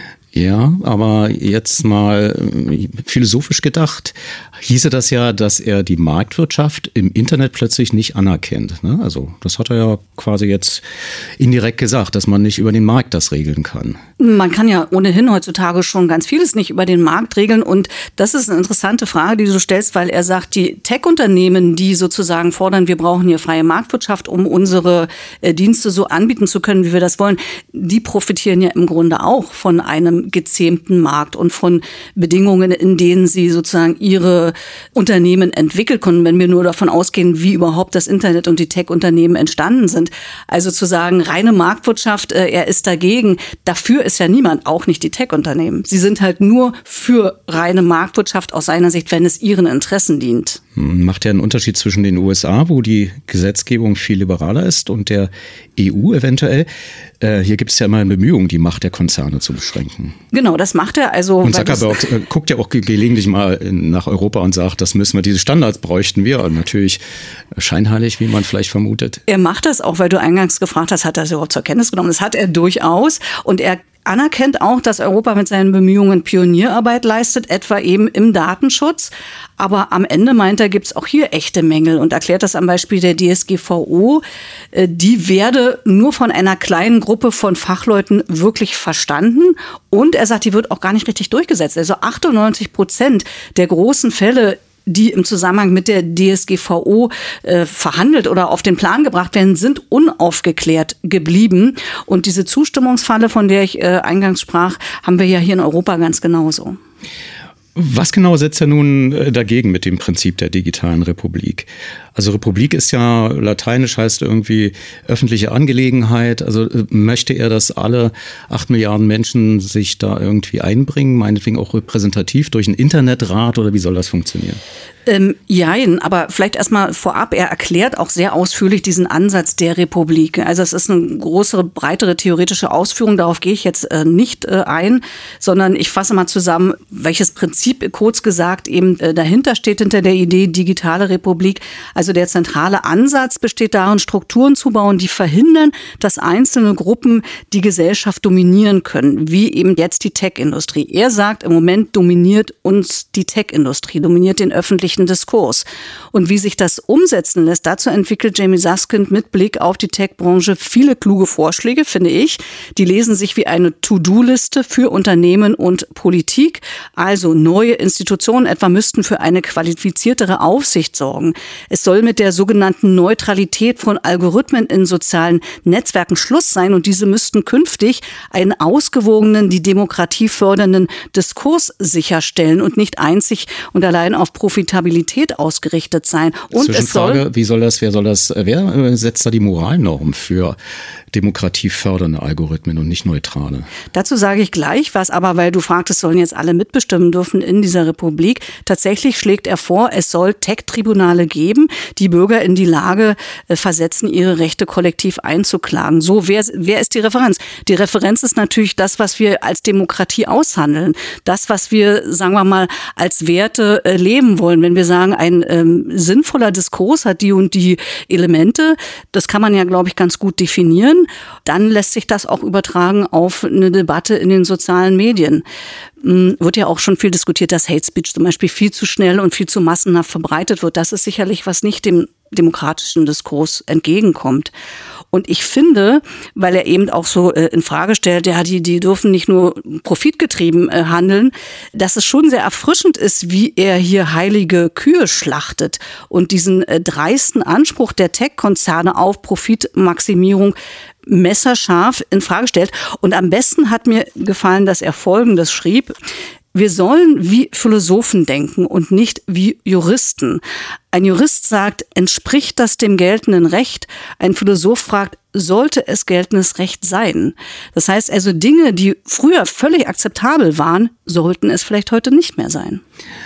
Ja, aber jetzt mal philosophisch gedacht, hieße das ja, dass er die Marktwirtschaft im Internet plötzlich nicht anerkennt. Ne? Also das hat er ja quasi jetzt indirekt gesagt, dass man nicht über den Markt das regeln kann. Man kann ja ohnehin heutzutage schon ganz vieles nicht über den Markt regeln. Und das ist eine interessante Frage, die du stellst, weil er sagt, die Tech-Unternehmen, die sozusagen fordern, wir brauchen hier freie Marktwirtschaft, um unsere Dienste so anbieten zu können, wie wir das wollen, die profitieren ja im Grunde auch von einem gezähmten Markt und von Bedingungen, in denen sie sozusagen ihre Unternehmen entwickeln können, wenn wir nur davon ausgehen, wie überhaupt das Internet und die Tech-Unternehmen entstanden sind. Also zu sagen, reine Marktwirtschaft, äh, er ist dagegen, dafür ist ja niemand, auch nicht die Tech-Unternehmen. Sie sind halt nur für reine Marktwirtschaft aus seiner Sicht, wenn es ihren Interessen dient. Macht er einen Unterschied zwischen den U S A, wo die Gesetzgebung viel liberaler ist, und der E U eventuell? Äh, hier gibt es ja immer Bemühungen, die Macht der Konzerne zu beschränken. Genau, das macht er. Also, und Zuckerberg äh, guckt ja auch gelegentlich mal nach Europa und sagt, das müssen wir, diese Standards bräuchten wir. Und natürlich scheinheilig, wie man vielleicht vermutet. Er macht das auch, weil du eingangs gefragt hast, hat er das überhaupt zur Kenntnis genommen? Das hat er durchaus. Und er anerkennt auch, dass Europa mit seinen Bemühungen Pionierarbeit leistet, etwa eben im Datenschutz. Aber am Ende, meint er, gibt es auch hier echte Mängel und erklärt das am Beispiel der D S G V O. Die werde nur von einer kleinen Gruppe von Fachleuten wirklich verstanden. Und er sagt, die wird auch gar nicht richtig durchgesetzt. Also achtundneunzig Prozent der großen Fälle die im Zusammenhang mit der D S G V O äh, verhandelt oder auf den Plan gebracht werden, sind unaufgeklärt geblieben. Und diese Zustimmungsfalle, von der ich äh, eingangs sprach, haben wir ja hier in Europa ganz genauso. Was genau setzt er nun dagegen mit dem Prinzip der digitalen Republik? Also Republik ist ja lateinisch, heißt irgendwie öffentliche Angelegenheit. Also möchte er, dass alle acht Milliarden Menschen sich da irgendwie einbringen, meinetwegen auch repräsentativ durch einen Internetrat, oder wie soll das funktionieren? Ähm, jein, aber vielleicht erstmal vorab, er erklärt auch sehr ausführlich diesen Ansatz der Republik. Also es ist eine größere, breitere theoretische Ausführung, darauf gehe ich jetzt äh, nicht äh, ein, sondern ich fasse mal zusammen, welches Prinzip kurz gesagt eben äh, dahinter steht, hinter der Idee digitale Republik. Also der zentrale Ansatz besteht darin, Strukturen zu bauen, die verhindern, dass einzelne Gruppen die Gesellschaft dominieren können, wie eben jetzt die Tech-Industrie. Er sagt, im Moment dominiert uns die Tech-Industrie, dominiert den öffentlichen Diskurs. Und wie sich das umsetzen lässt, dazu entwickelt Jamie Susskind mit Blick auf die Tech-Branche viele kluge Vorschläge, finde ich. Die lesen sich wie eine To-Do-Liste für Unternehmen und Politik. Also neue Institutionen etwa müssten für eine qualifiziertere Aufsicht sorgen. Es soll mit der sogenannten Neutralität von Algorithmen in sozialen Netzwerken Schluss sein und diese müssten künftig einen ausgewogenen, die Demokratie fördernden Diskurs sicherstellen und nicht einzig und allein auf Profitabilität ausgerichtet sein. Und es soll, wie soll das, wer soll das, wer setzt da die Moralnorm für demokratiefördernde Algorithmen und nicht neutrale? Dazu sage ich gleich was, aber weil du fragtest, sollen jetzt alle mitbestimmen dürfen in dieser Republik. Tatsächlich schlägt er vor, es soll Tech-Tribunale geben, die Bürger in die Lage äh, versetzen, ihre Rechte kollektiv einzuklagen. So, wer, wer ist die Referenz? Die Referenz ist natürlich das, was wir als Demokratie aushandeln. Das, was wir, sagen wir mal, als Werte äh, leben wollen. Wenn wir sagen, ein ähm, sinnvoller Diskurs hat die und die Elemente, das kann man ja, glaube ich, ganz gut definieren, dann lässt sich das auch übertragen auf eine Debatte in den sozialen Medien. Ähm, wird ja auch schon viel diskutiert, dass Hate Speech zum Beispiel viel zu schnell und viel zu massenhaft verbreitet wird. Das ist sicherlich, was nicht dem demokratischen Diskurs entgegenkommt. Und ich finde, weil er eben auch so äh, in Frage stellt, ja, die, die dürfen nicht nur profitgetrieben äh, handeln, dass es schon sehr erfrischend ist, wie er hier heilige Kühe schlachtet und diesen äh, dreisten Anspruch der Tech-Konzerne auf Profitmaximierung messerscharf in Frage stellt. Und am besten hat mir gefallen, dass er Folgendes schrieb: Wir sollen wie Philosophen denken und nicht wie Juristen. Ein Jurist sagt, entspricht das dem geltenden Recht? Ein Philosoph fragt, sollte es geltendes Recht sein? Das heißt also, Dinge, die früher völlig akzeptabel waren, sollten es vielleicht heute nicht mehr sein.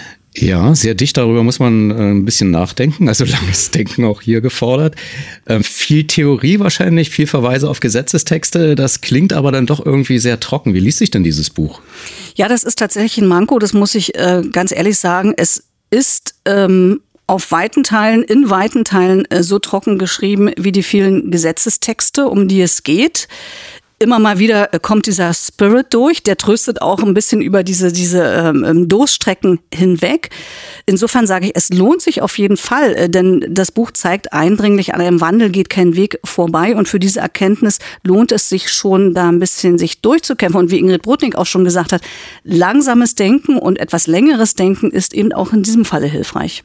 Ja, sehr dicht, darüber muss man äh, ein bisschen nachdenken, also langes Denken auch hier gefordert. Äh, viel Theorie wahrscheinlich, viel Verweise auf Gesetzestexte, das klingt aber dann doch irgendwie sehr trocken. Wie liest sich denn dieses Buch? Ja, das ist tatsächlich ein Manko, das muss ich äh, ganz ehrlich sagen. Es ist ähm, auf weiten Teilen, in weiten Teilen äh, so trocken geschrieben wie die vielen Gesetzestexte, um die es geht. Immer mal wieder kommt dieser Spirit durch, der tröstet auch ein bisschen über diese, diese ähm, Durststrecken hinweg. Insofern sage ich, es lohnt sich auf jeden Fall, denn das Buch zeigt eindringlich, an einem Wandel geht kein Weg vorbei und für diese Erkenntnis lohnt es sich schon, da ein bisschen sich durchzukämpfen. Und wie Ingrid Brodnik auch schon gesagt hat, langsames Denken und etwas längeres Denken ist eben auch in diesem Falle hilfreich.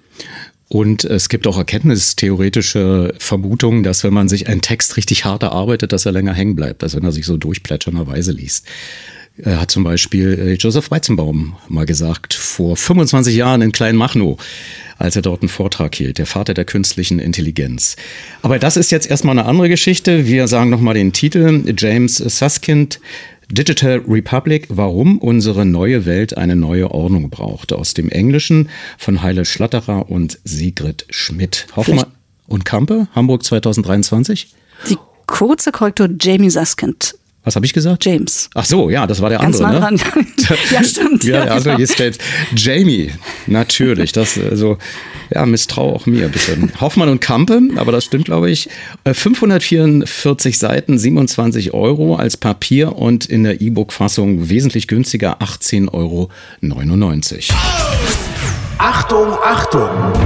Und es gibt auch erkenntnistheoretische Vermutungen, dass wenn man sich einen Text richtig hart erarbeitet, dass er länger hängen bleibt, als wenn er sich so durchplätschernderweise liest. Er hat zum Beispiel Joseph Weizenbaum mal gesagt, vor fünfundzwanzig Jahren in Kleinmachnow, als er dort einen Vortrag hielt, der Vater der künstlichen Intelligenz. Aber das ist jetzt erstmal eine andere Geschichte. Wir sagen nochmal den Titel, James Susskind, Digital Republic, warum unsere neue Welt eine neue Ordnung braucht. Aus dem Englischen von Heile Schlatterer und Sigrid Schmidt. Hoffmann und Campe, Hamburg zwanzig dreiundzwanzig. Die kurze Korrektur, Jamie Susskind. Was habe ich gesagt? James. Ach so, ja, das war der Ganz andere, nah ne? dran. Ja, stimmt. Ja, ja, der andere genau. hieß James. Jamie, natürlich. Das, also, ja, misstrau auch mir, bitte. Hoffmann und Campe, aber das stimmt, glaube ich. fünfhundertvierundvierzig Seiten, siebenundzwanzig Euro als Papier und in der E-Book-Fassung wesentlich günstiger, achtzehn Euro neunundneunzig. Achtung, Achtung!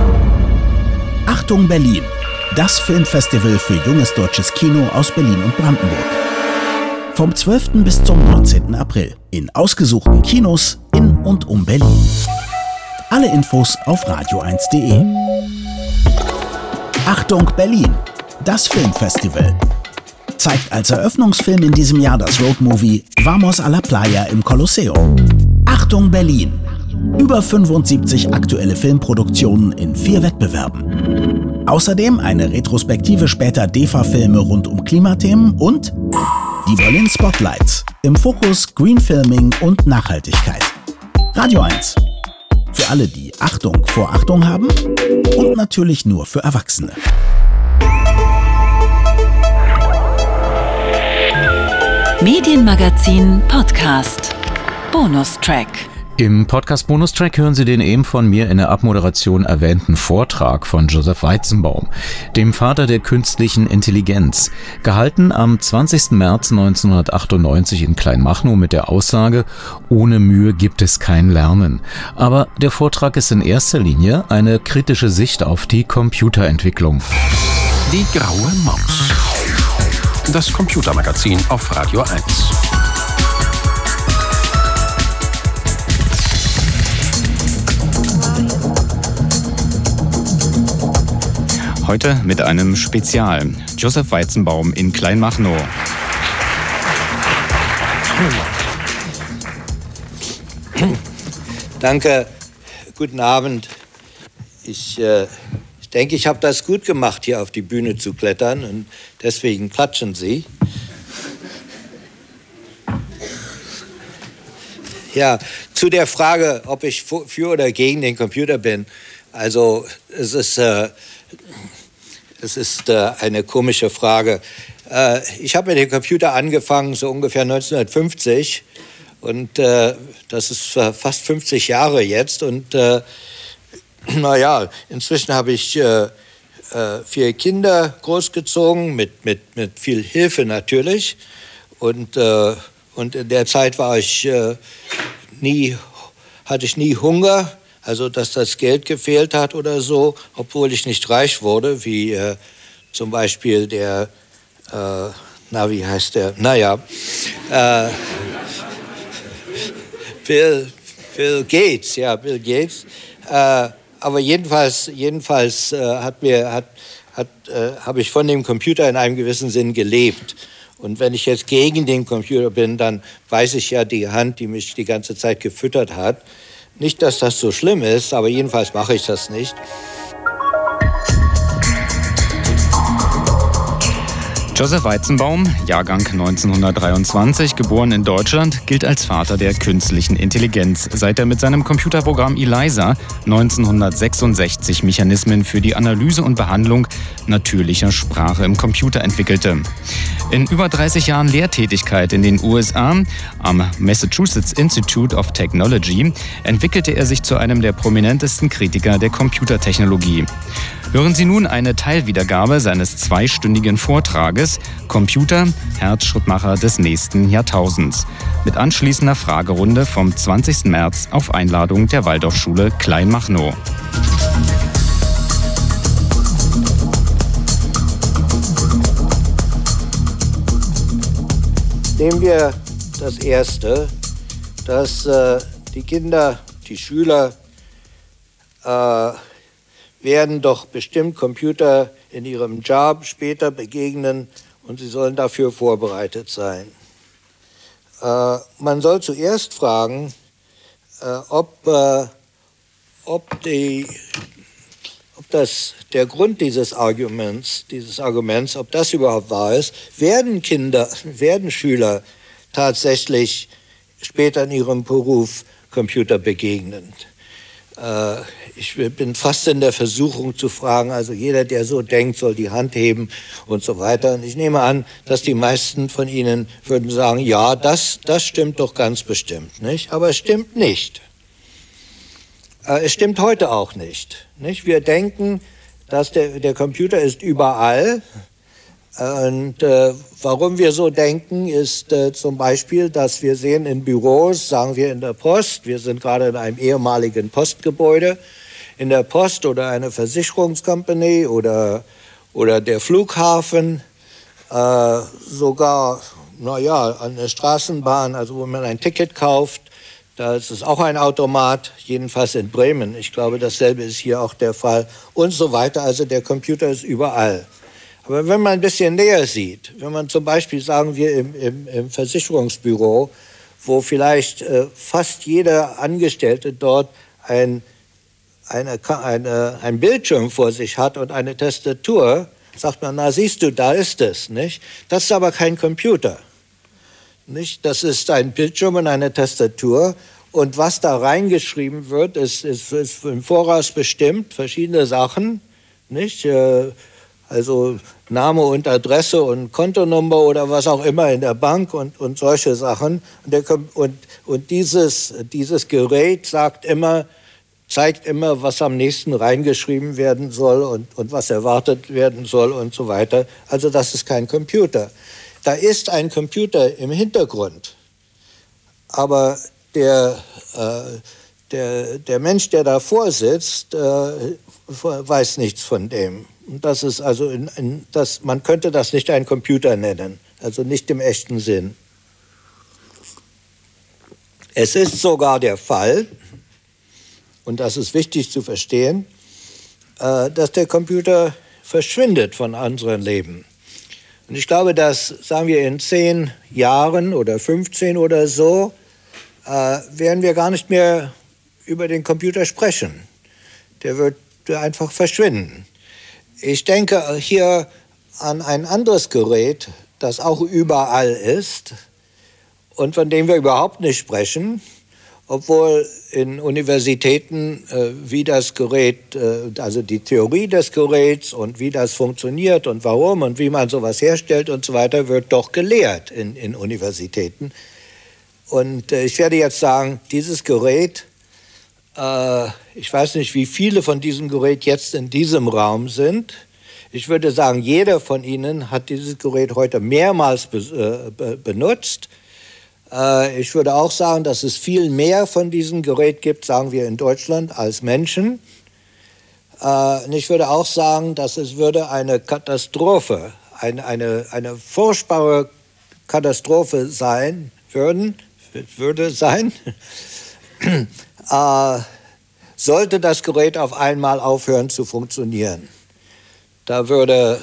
Achtung Berlin! Das Filmfestival für junges deutsches Kino aus Berlin und Brandenburg. Vom zwölften bis zum neunzehnten April in ausgesuchten Kinos in und um Berlin. Alle Infos auf radio eins punkt de. Achtung Berlin! Das Filmfestival zeigt als Eröffnungsfilm in diesem Jahr das Roadmovie Vamos a la Playa im Kolosseum. Achtung Berlin! Über fünfundsiebzig aktuelle Filmproduktionen in vier Wettbewerben. Außerdem eine Retrospektive später D E F A-Filme rund um Klimathemen und die Berlin Spotlights. Im Fokus Green Filming und Nachhaltigkeit. Radio eins. Für alle, die Achtung vor Achtung haben und natürlich nur für Erwachsene. Medienmagazin Podcast. Bonustrack. Im Podcast-Bonustrack hören Sie den eben von mir in der Abmoderation erwähnten Vortrag von Joseph Weizenbaum, dem Vater der künstlichen Intelligenz, gehalten am zwanzigsten März neunzehnhundertachtundneunzig in Kleinmachnow mit der Aussage: Ohne Mühe gibt es kein Lernen. Aber der Vortrag ist in erster Linie eine kritische Sicht auf die Computerentwicklung. Die graue Maus. Das Computermagazin auf Radio eins. Heute mit einem Spezial. Joseph Weizenbaum in Kleinmachnow. Danke, guten Abend. Ich, äh, ich denke, ich habe das gut gemacht, hier auf die Bühne zu klettern, und deswegen klatschen Sie. Ja, zu der Frage, ob ich für oder gegen den Computer bin. Also es ist, äh, es ist äh, eine komische Frage. Äh, ich habe mit dem Computer angefangen, so ungefähr neunzehnhundertfünfzig. Und äh, das ist äh, fast fünfzig Jahre jetzt. Und äh, naja, inzwischen habe ich äh, äh, vier Kinder großgezogen, mit, mit, mit viel Hilfe natürlich. Und, äh, und in der Zeit war ich, äh, nie, hatte ich nie Hunger. Also, dass das Geld gefehlt hat oder so, obwohl ich nicht reich wurde, wie äh, zum Beispiel der, äh, na, wie heißt der? Naja, äh, Bill, Bill Gates, ja, Bill Gates. Äh, aber jedenfalls, jedenfalls äh, hat mir, hat, hat, äh, habe ich von dem Computer in einem gewissen Sinn gelebt. Und wenn ich jetzt gegen den Computer bin, dann weiß ich ja die Hand, die mich die ganze Zeit gefüttert hat. Nicht, dass das so schlimm ist, aber jedenfalls mache ich das nicht. Joseph Weizenbaum, Jahrgang neunzehnhundertdreiundzwanzig, geboren in Deutschland, gilt als Vater der künstlichen Intelligenz, seit er mit seinem Computerprogramm ELIZA neunzehnhundertsechsundsechzig Mechanismen für die Analyse und Behandlung natürlicher Sprache im Computer entwickelte. In über dreißig Jahren Lehrtätigkeit in den U S A am Massachusetts Institute of Technology entwickelte er sich zu einem der prominentesten Kritiker der Computertechnologie. Hören Sie nun eine Teilwiedergabe seines zweistündigen Vortrages Computer, Herzschrittmacher des nächsten Jahrtausends, mit anschließender Fragerunde vom zwanzigsten März auf Einladung der Waldorfschule Kleinmachnow. Nehmen wir das Erste, dass äh, die Kinder, die Schüler äh, werden doch bestimmt Computer in ihrem Job später begegnen und sie sollen dafür vorbereitet sein. Äh, man soll zuerst fragen, äh, ob, äh, ob, die, ob das, der Grund dieses Arguments, dieses Arguments, ob das überhaupt wahr ist. Werden Kinder, werden Schüler tatsächlich später in ihrem Beruf Computer begegnen? Äh, ich bin fast in der Versuchung zu fragen, also jeder, der so denkt, soll die Hand heben und so weiter. Und ich nehme an, dass die meisten von Ihnen würden sagen, ja, das, das stimmt doch ganz bestimmt, nicht? Aber es stimmt nicht. Äh, es stimmt heute auch nicht, nicht? Wir denken, dass der, der Computer ist überall. Und äh, warum wir so denken, ist äh, zum Beispiel, dass wir sehen in Büros, sagen wir in der Post, wir sind gerade in einem ehemaligen Postgebäude, in der Post oder eine Versicherungscompany oder, oder der Flughafen, äh, sogar, naja, an der Straßenbahn, also wo man ein Ticket kauft, Da ist es auch ein Automat, jedenfalls in Bremen. Ich glaube, dasselbe ist hier auch der Fall und so weiter. Also der Computer ist überall. Aber wenn man ein bisschen näher sieht, wenn man zum Beispiel, sagen wir, im, im, im Versicherungsbüro, wo vielleicht äh, fast jeder Angestellte dort ein, eine, eine, ein Bildschirm vor sich hat und eine Tastatur, sagt man, na siehst du, da ist es, nicht? Das ist aber kein Computer. Nicht? Das ist ein Bildschirm und eine Tastatur. Und was da reingeschrieben wird, ist, ist, ist im Voraus bestimmt, verschiedene Sachen. Nicht? Also Name und Adresse und Kontonummer oder was auch immer in der Bank und, und solche Sachen. Und, der, und, und dieses, dieses Gerät sagt immer, zeigt immer, was am nächsten reingeschrieben werden soll und, und was erwartet werden soll und so weiter. Also das ist kein Computer. Da ist ein Computer im Hintergrund, aber der, äh, der, der Mensch, der davor sitzt, äh, weiß nichts von dem. Und das ist also, in, in, das, man könnte das nicht ein Computer nennen, also nicht im echten Sinn. Es ist sogar der Fall, und das ist wichtig zu verstehen, äh, dass der Computer verschwindet von unserem Leben. Und ich glaube, dass, sagen wir, in zehn Jahren oder fünfzehn oder so, äh, werden wir gar nicht mehr über den Computer sprechen. Der wird einfach verschwinden. Ich denke hier an ein anderes Gerät, das auch überall ist und von dem wir überhaupt nicht sprechen, obwohl in Universitäten, äh, wie das Gerät, äh, also die Theorie des Geräts und wie das funktioniert und warum und wie man sowas herstellt und so weiter, wird doch gelehrt in, in Universitäten. Und äh, ich werde jetzt sagen, dieses Gerät, äh, ich weiß nicht, wie viele von diesem Gerät jetzt in diesem Raum sind. Ich würde sagen, jeder von Ihnen hat dieses Gerät heute mehrmals be äh, be benutzt. Ich würde auch sagen, dass es viel mehr von diesem Gerät gibt, sagen wir in Deutschland, als Menschen. Und ich würde auch sagen, dass es würde eine Katastrophe, eine, eine, eine furchtbare Katastrophe sein würden, würde sein, äh, sollte das Gerät auf einmal aufhören zu funktionieren. Da würde,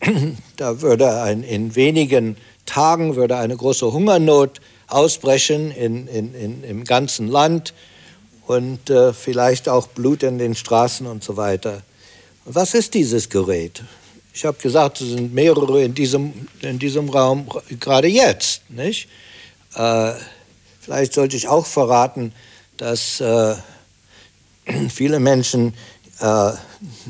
da würde ein, in wenigen Tagen würde eine große Hungersnot ausbrechen in, in, in, im ganzen Land und äh, vielleicht auch Blut in den Straßen und so weiter. Und was ist dieses Gerät? Ich habe gesagt, es sind mehrere in diesem, in diesem Raum, gerade jetzt, nicht? Äh, vielleicht sollte ich auch verraten, dass äh, viele Menschen äh, äh,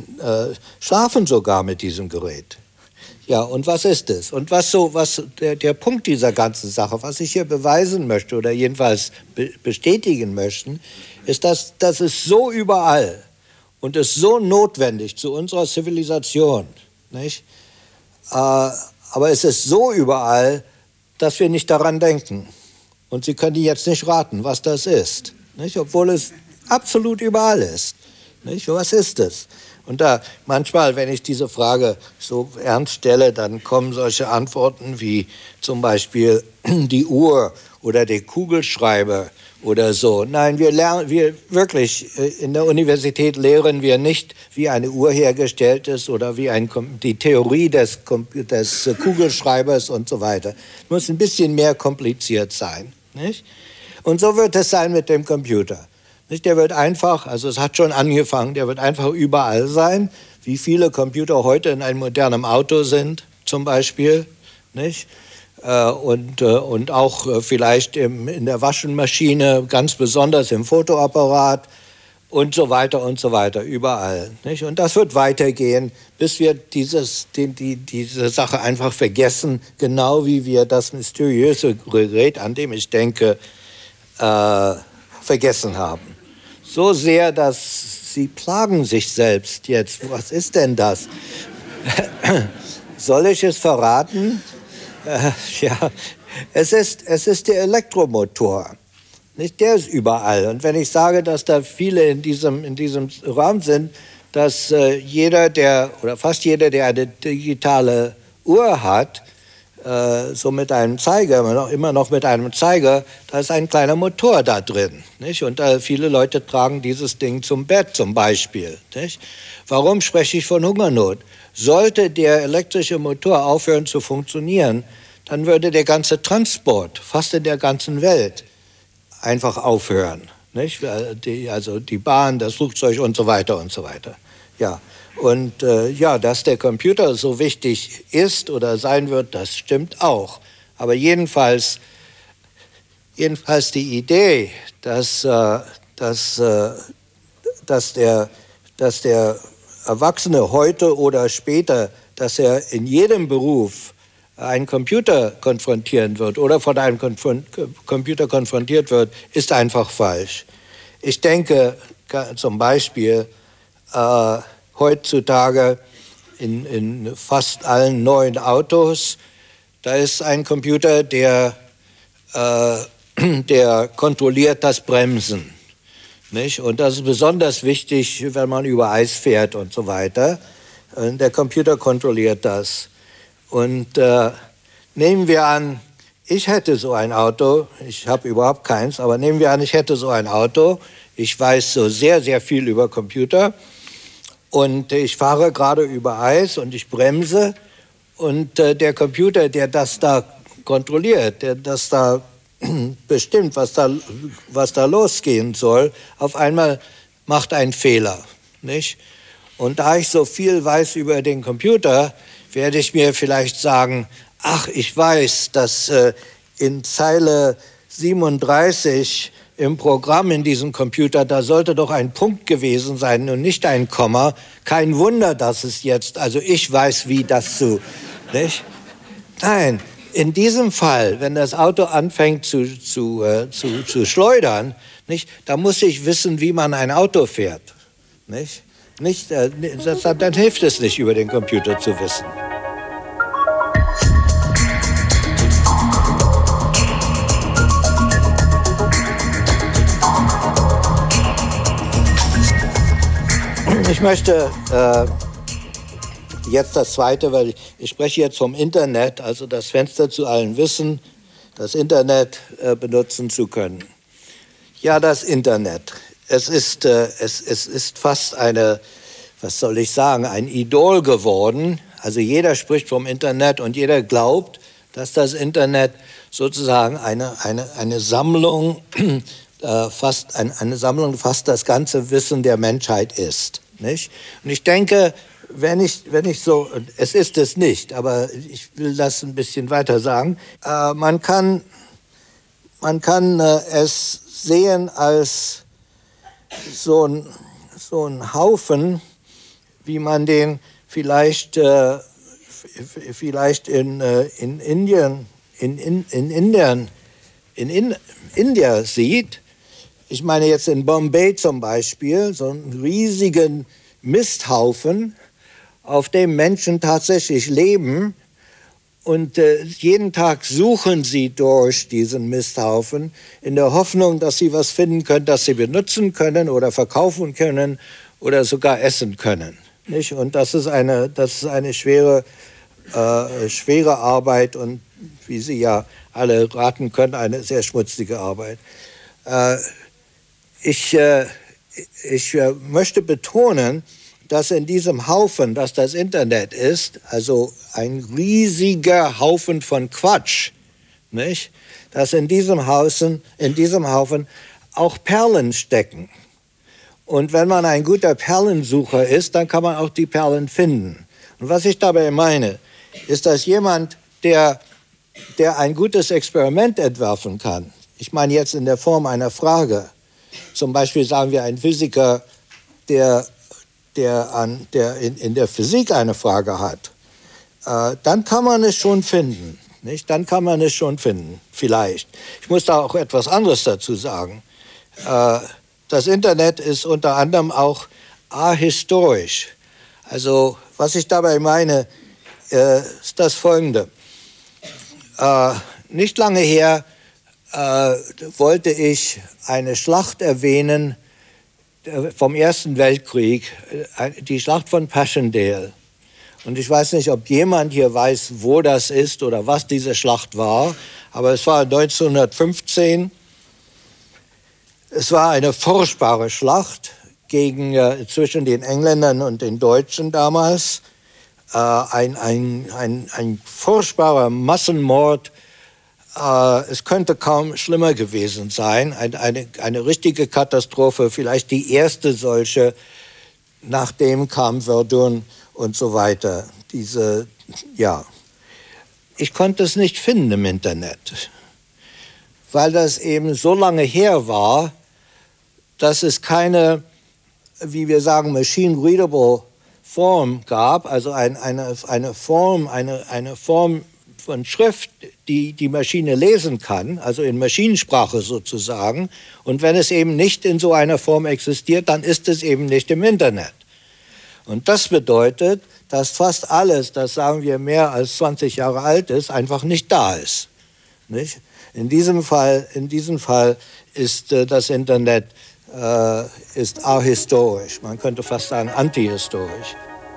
schlafen sogar mit diesem Gerät. Ja, und was ist es? Und was so, was der, der Punkt dieser ganzen Sache, was ich hier beweisen möchte oder jedenfalls be bestätigen möchte, ist, dass, dass es so überall und es so notwendig zu unserer Zivilisation, nicht? Äh, aber es ist so überall, dass wir nicht daran denken. Und Sie können jetzt nicht raten, was das ist, nicht? Obwohl es absolut überall ist. Nicht? Was ist es? Und da manchmal, wenn ich diese Frage so ernst stelle, dann kommen solche Antworten wie zum Beispiel die Uhr oder der Kugelschreiber oder so. Nein, wir lernen, wir wirklich in der Universität lehren wir nicht, wie eine Uhr hergestellt ist oder wie ein, die Theorie des, des Kugelschreibers und so weiter. Es muss ein bisschen mehr kompliziert sein, nicht? Und so wird es sein mit dem Computer. Der wird einfach, also es hat schon angefangen, der wird einfach überall sein, wie viele Computer heute in einem modernen Auto sind, zum Beispiel, nicht? Und, und auch vielleicht im, in der Waschmaschine, ganz besonders im Fotoapparat und so weiter und so weiter, überall, nicht? Und das wird weitergehen, bis wir dieses, die, die, diese Sache einfach vergessen, genau wie wir das mysteriöse Gerät, an dem ich denke, äh, vergessen haben. So sehr, dass sie plagen sich selbst jetzt. Was ist denn das? Soll ich es verraten? Äh, ja, es ist, es ist der Elektromotor. Nicht? Der ist überall. Und wenn ich sage, dass da viele in diesem, in diesem Raum sind, dass äh, jeder, der, oder fast jeder, der eine digitale Uhr hat, äh, so mit einem Zeiger, immer noch mit einem Zeiger, da ist ein kleiner Motor da drin. Nicht? Und äh, viele Leute tragen dieses Ding zum Bett zum Beispiel. Nicht? Warum spreche ich von Hungersnot? Sollte der elektrische Motor aufhören zu funktionieren, dann würde der ganze Transport fast in der ganzen Welt einfach aufhören. Nicht? Die, also die Bahn, das Flugzeug und so weiter und so weiter. Ja. Und äh, ja, dass der Computer so wichtig ist oder sein wird, das stimmt auch. Aber jedenfalls, jedenfalls die Idee, dass, äh, dass, äh, dass, der, dass der Erwachsene heute oder später, dass er in jedem Beruf einen Computer konfrontieren wird oder von einem Konfron- Computer konfrontiert wird, ist einfach falsch. Ich denke zum Beispiel, äh, heutzutage in, in fast allen neuen Autos, da ist ein Computer, der, äh, der kontrolliert das Bremsen. Nicht? Und das ist besonders wichtig, wenn man über Eis fährt und so weiter. Und der Computer kontrolliert das. Und äh, nehmen wir an, ich hätte so ein Auto, ich habe überhaupt keins, aber nehmen wir an, ich hätte so ein Auto, ich weiß so sehr, sehr viel über Computer und ich fahre gerade über Eis und ich bremse und äh, der Computer, der das da kontrolliert, der das da bestimmt, was da, was da losgehen soll, auf einmal macht einen Fehler, nicht? Und da ich so viel weiß über den Computer, werde ich mir vielleicht sagen, ach, ich weiß, dass äh, in Zeile siebenunddreißig im Programm in diesem Computer, da sollte doch ein Punkt gewesen sein und nicht ein Komma. Kein Wunder, dass es jetzt, also ich weiß, wie das zu, nicht? Nein, in diesem Fall, wenn das Auto anfängt zu, zu, äh, zu, zu schleudern, nicht, da muss ich wissen, wie man ein Auto fährt, nicht? Nicht, äh, das, dann hilft es nicht, über den Computer zu wissen. Ich möchte äh, jetzt das Zweite, weil ich, ich spreche jetzt vom Internet, also das Fenster zu allen Wissen, das Internet äh, benutzen zu können. Ja, das Internet. Es ist, äh, es, es ist fast eine, was soll ich sagen, ein Idol geworden. Also jeder spricht vom Internet und jeder glaubt, dass das Internet sozusagen eine, eine, eine Sammlung, äh, fast ein, eine Sammlung, fast das ganze Wissen der Menschheit ist. Nicht? Und ich denke, wenn ich, wenn ich so, es ist es nicht, aber ich will das ein bisschen weiter sagen, äh, man kann, man kann äh, es sehen als so ein, so ein Haufen, wie man den vielleicht, äh, vielleicht in, äh, in Indien, in, in, in Indien, in, in India sieht. Ich meine jetzt in Bombay zum Beispiel, so einen riesigen Misthaufen, auf dem Menschen tatsächlich leben. Und äh, jeden Tag suchen sie durch diesen Misthaufen in der Hoffnung, dass sie was finden können, das sie benutzen können oder verkaufen können oder sogar essen können. Nicht? Und das ist eine, das ist eine schwere, äh, schwere Arbeit und wie Sie ja alle raten können, eine sehr schmutzige Arbeit. Äh, Ich, äh, ich äh, möchte betonen, dass in diesem Haufen, dass das Internet ist, also ein riesiger Haufen von Quatsch, nicht? Dass in diesem Haufen, in diesem Haufen auch Perlen stecken. Und wenn man ein guter Perlensucher ist, dann kann man auch die Perlen finden. Und was ich dabei meine, ist, dass jemand, der, der ein gutes Experiment entwerfen kann, ich meine jetzt in der Form einer Frage, zum Beispiel sagen wir ein Physiker, der, der, an, der in, in der Physik eine Frage hat, äh, dann kann man es schon finden. Nicht? Dann kann man es schon finden, vielleicht. Ich muss da auch etwas anderes dazu sagen. Äh, das Internet ist unter anderem auch ahistorisch. Also was ich dabei meine, äh, ist das Folgende. Äh, nicht lange her Äh, wollte ich eine Schlacht erwähnen äh, vom Ersten Weltkrieg, äh, die Schlacht von Passchendaele. Und ich weiß nicht, ob jemand hier weiß, wo das ist oder was diese Schlacht war. Aber es war neunzehnhundertfünfzehn. Es war eine furchtbare Schlacht gegen, äh, zwischen den Engländern und den Deutschen damals. Äh, ein, ein, ein, ein furchtbarer Massenmord. Äh, es könnte kaum schlimmer gewesen sein. Ein, eine, eine richtige Katastrophe, vielleicht die erste solche. Nachdem kam Verdun und so weiter. Diese, ja, ich konnte es nicht finden im Internet, weil das eben so lange her war, dass es keine, wie wir sagen, machine-readable Form gab, also ein, eine, eine Form, eine, eine Form von Schrift, die die Maschine lesen kann, also in Maschinensprache sozusagen. Und wenn es eben nicht in so einer Form existiert, dann ist es eben nicht im Internet. Und das bedeutet, dass fast alles, das sagen wir mehr als zwanzig Jahre alt ist, einfach nicht da ist. Nicht? In diesem Fall, in diesem Fall ist äh, das Internet äh, ist ahistorisch, man könnte fast sagen antihistorisch.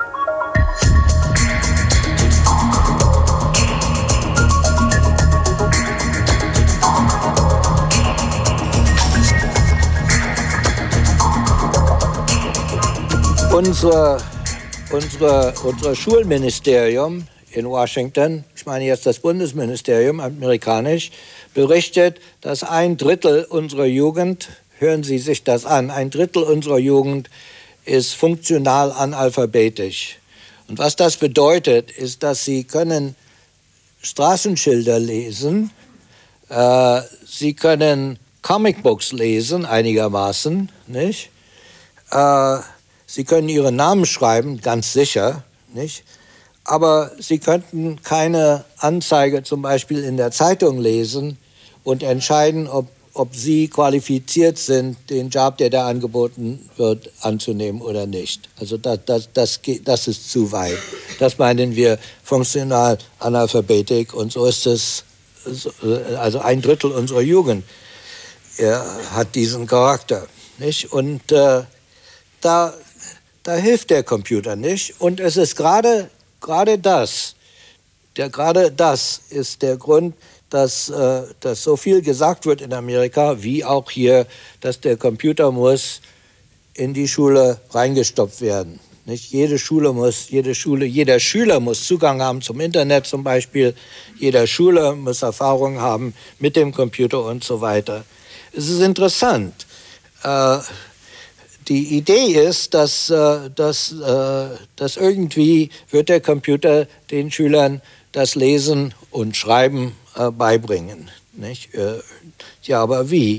Unsere, unsere, unser Schulministerium in Washington, ich meine jetzt das Bundesministerium, amerikanisch, berichtet, dass ein Drittel unserer Jugend, hören Sie sich das an, ein Drittel unserer Jugend ist funktional analphabetisch. Und was das bedeutet, ist, dass sie können Straßenschilder lesen, äh, sie können Comicbooks lesen, einigermaßen, nicht? Äh, Sie können Ihren Namen schreiben, ganz sicher, nicht? Aber Sie könnten keine Anzeige zum Beispiel in der Zeitung lesen und entscheiden, ob, ob Sie qualifiziert sind, den Job, der da angeboten wird, anzunehmen oder nicht. Also das, das, das, geht, das ist zu weit. Das meinen wir funktional Analphabetik und so ist es, also ein Drittel unserer Jugend er hat diesen Charakter, nicht? Und äh, da Da hilft der Computer nicht. Und es ist gerade gerade das, der, gerade das ist der Grund, dass, äh, dass so viel gesagt wird in Amerika, wie auch hier, dass der Computer muss in die Schule reingestopft werden. Nicht? Jede Schule muss, jede Schule, jeder Schüler muss Zugang haben zum Internet zum Beispiel. Jeder Schüler muss Erfahrung haben mit dem Computer und so weiter. Es ist interessant. Äh, Die Idee ist, dass, äh, dass, äh, dass irgendwie wird der Computer den Schülern das Lesen und Schreiben äh, beibringen. Nicht? Äh, ja, aber wie?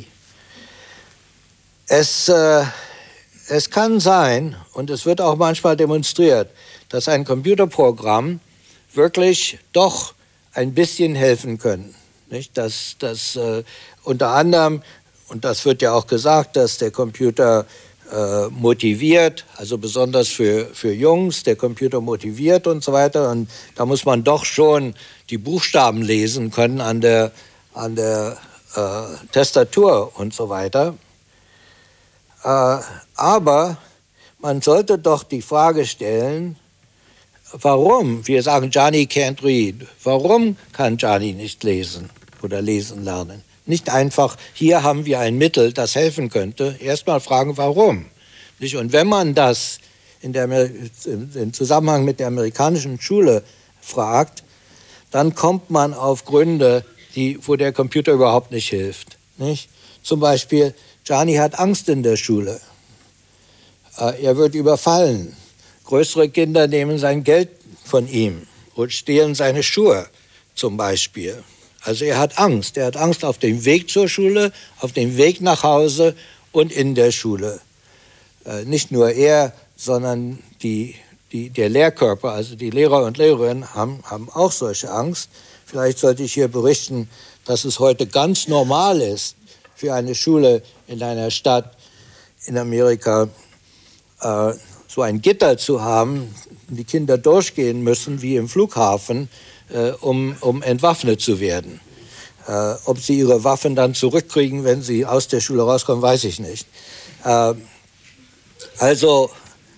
Es, äh, es kann sein, und es wird auch manchmal demonstriert, dass ein Computerprogramm wirklich doch ein bisschen helfen können. Nicht? Dass, dass äh, unter anderem, und das wird ja auch gesagt, dass der Computer Äh, motiviert, also besonders für, für Jungs, der Computer motiviert und so weiter. Und da muss man doch schon die Buchstaben lesen können an der, an der äh, Tastatur und so weiter. Äh, aber man sollte doch die Frage stellen, warum, wir sagen, Johnny can't read, warum kann Johnny nicht lesen oder lesen lernen? Nicht einfach, hier haben wir ein Mittel, das helfen könnte. Erstmal fragen, warum. Und wenn man das in der, im Zusammenhang mit der amerikanischen Schule fragt, dann kommt man auf Gründe, die, wo der Computer überhaupt nicht hilft. Nicht? Zum Beispiel, Johnny hat Angst in der Schule. Er wird überfallen. Größere Kinder nehmen sein Geld von ihm und stehlen seine Schuhe zum Beispiel. Also er hat Angst. Er hat Angst auf dem Weg zur Schule, auf dem Weg nach Hause und in der Schule. Äh, nicht nur er, sondern die, die, der Lehrkörper, also die Lehrer und Lehrerinnen haben, haben auch solche Angst. Vielleicht sollte ich hier berichten, dass es heute ganz normal ist, für eine Schule in einer Stadt in Amerika äh, so ein Gitter zu haben, die Kinder durchgehen müssen, wie im Flughafen, Äh, um, um entwaffnet zu werden. Äh, ob sie ihre Waffen dann zurückkriegen, wenn sie aus der Schule rauskommen, weiß ich nicht. Äh, also,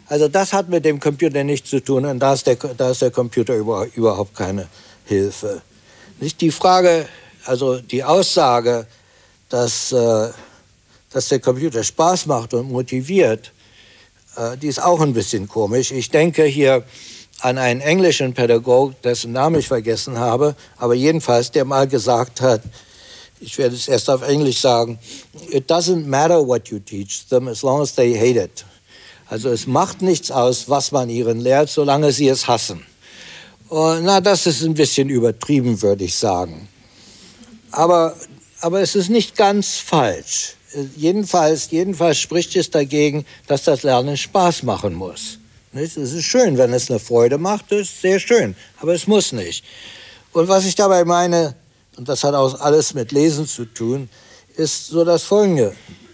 Also das hat mit dem Computer nichts zu tun und da ist der, da ist der Computer über, überhaupt keine Hilfe. Nicht die Frage, also die Aussage, dass, äh, dass der Computer Spaß macht und motiviert, äh, die ist auch ein bisschen komisch. Ich denke hier an einen englischen Pädagogen, dessen Namen ich vergessen habe, aber jedenfalls, der mal gesagt hat, ich werde es erst auf Englisch sagen, it doesn't matter what you teach them as long as they hate it. Also es macht nichts aus, was man ihnen lehrt, solange sie es hassen. Und, na, das ist ein bisschen übertrieben, würde ich sagen. Aber, aber es ist nicht ganz falsch. Jedenfalls, jedenfalls spricht es dagegen, dass das Lernen Spaß machen muss. Es ist schön, wenn es eine Freude macht, das ist sehr schön, aber es muss nicht. Und was ich dabei meine, und das hat auch alles mit Lesen zu tun, ist so das Folgende.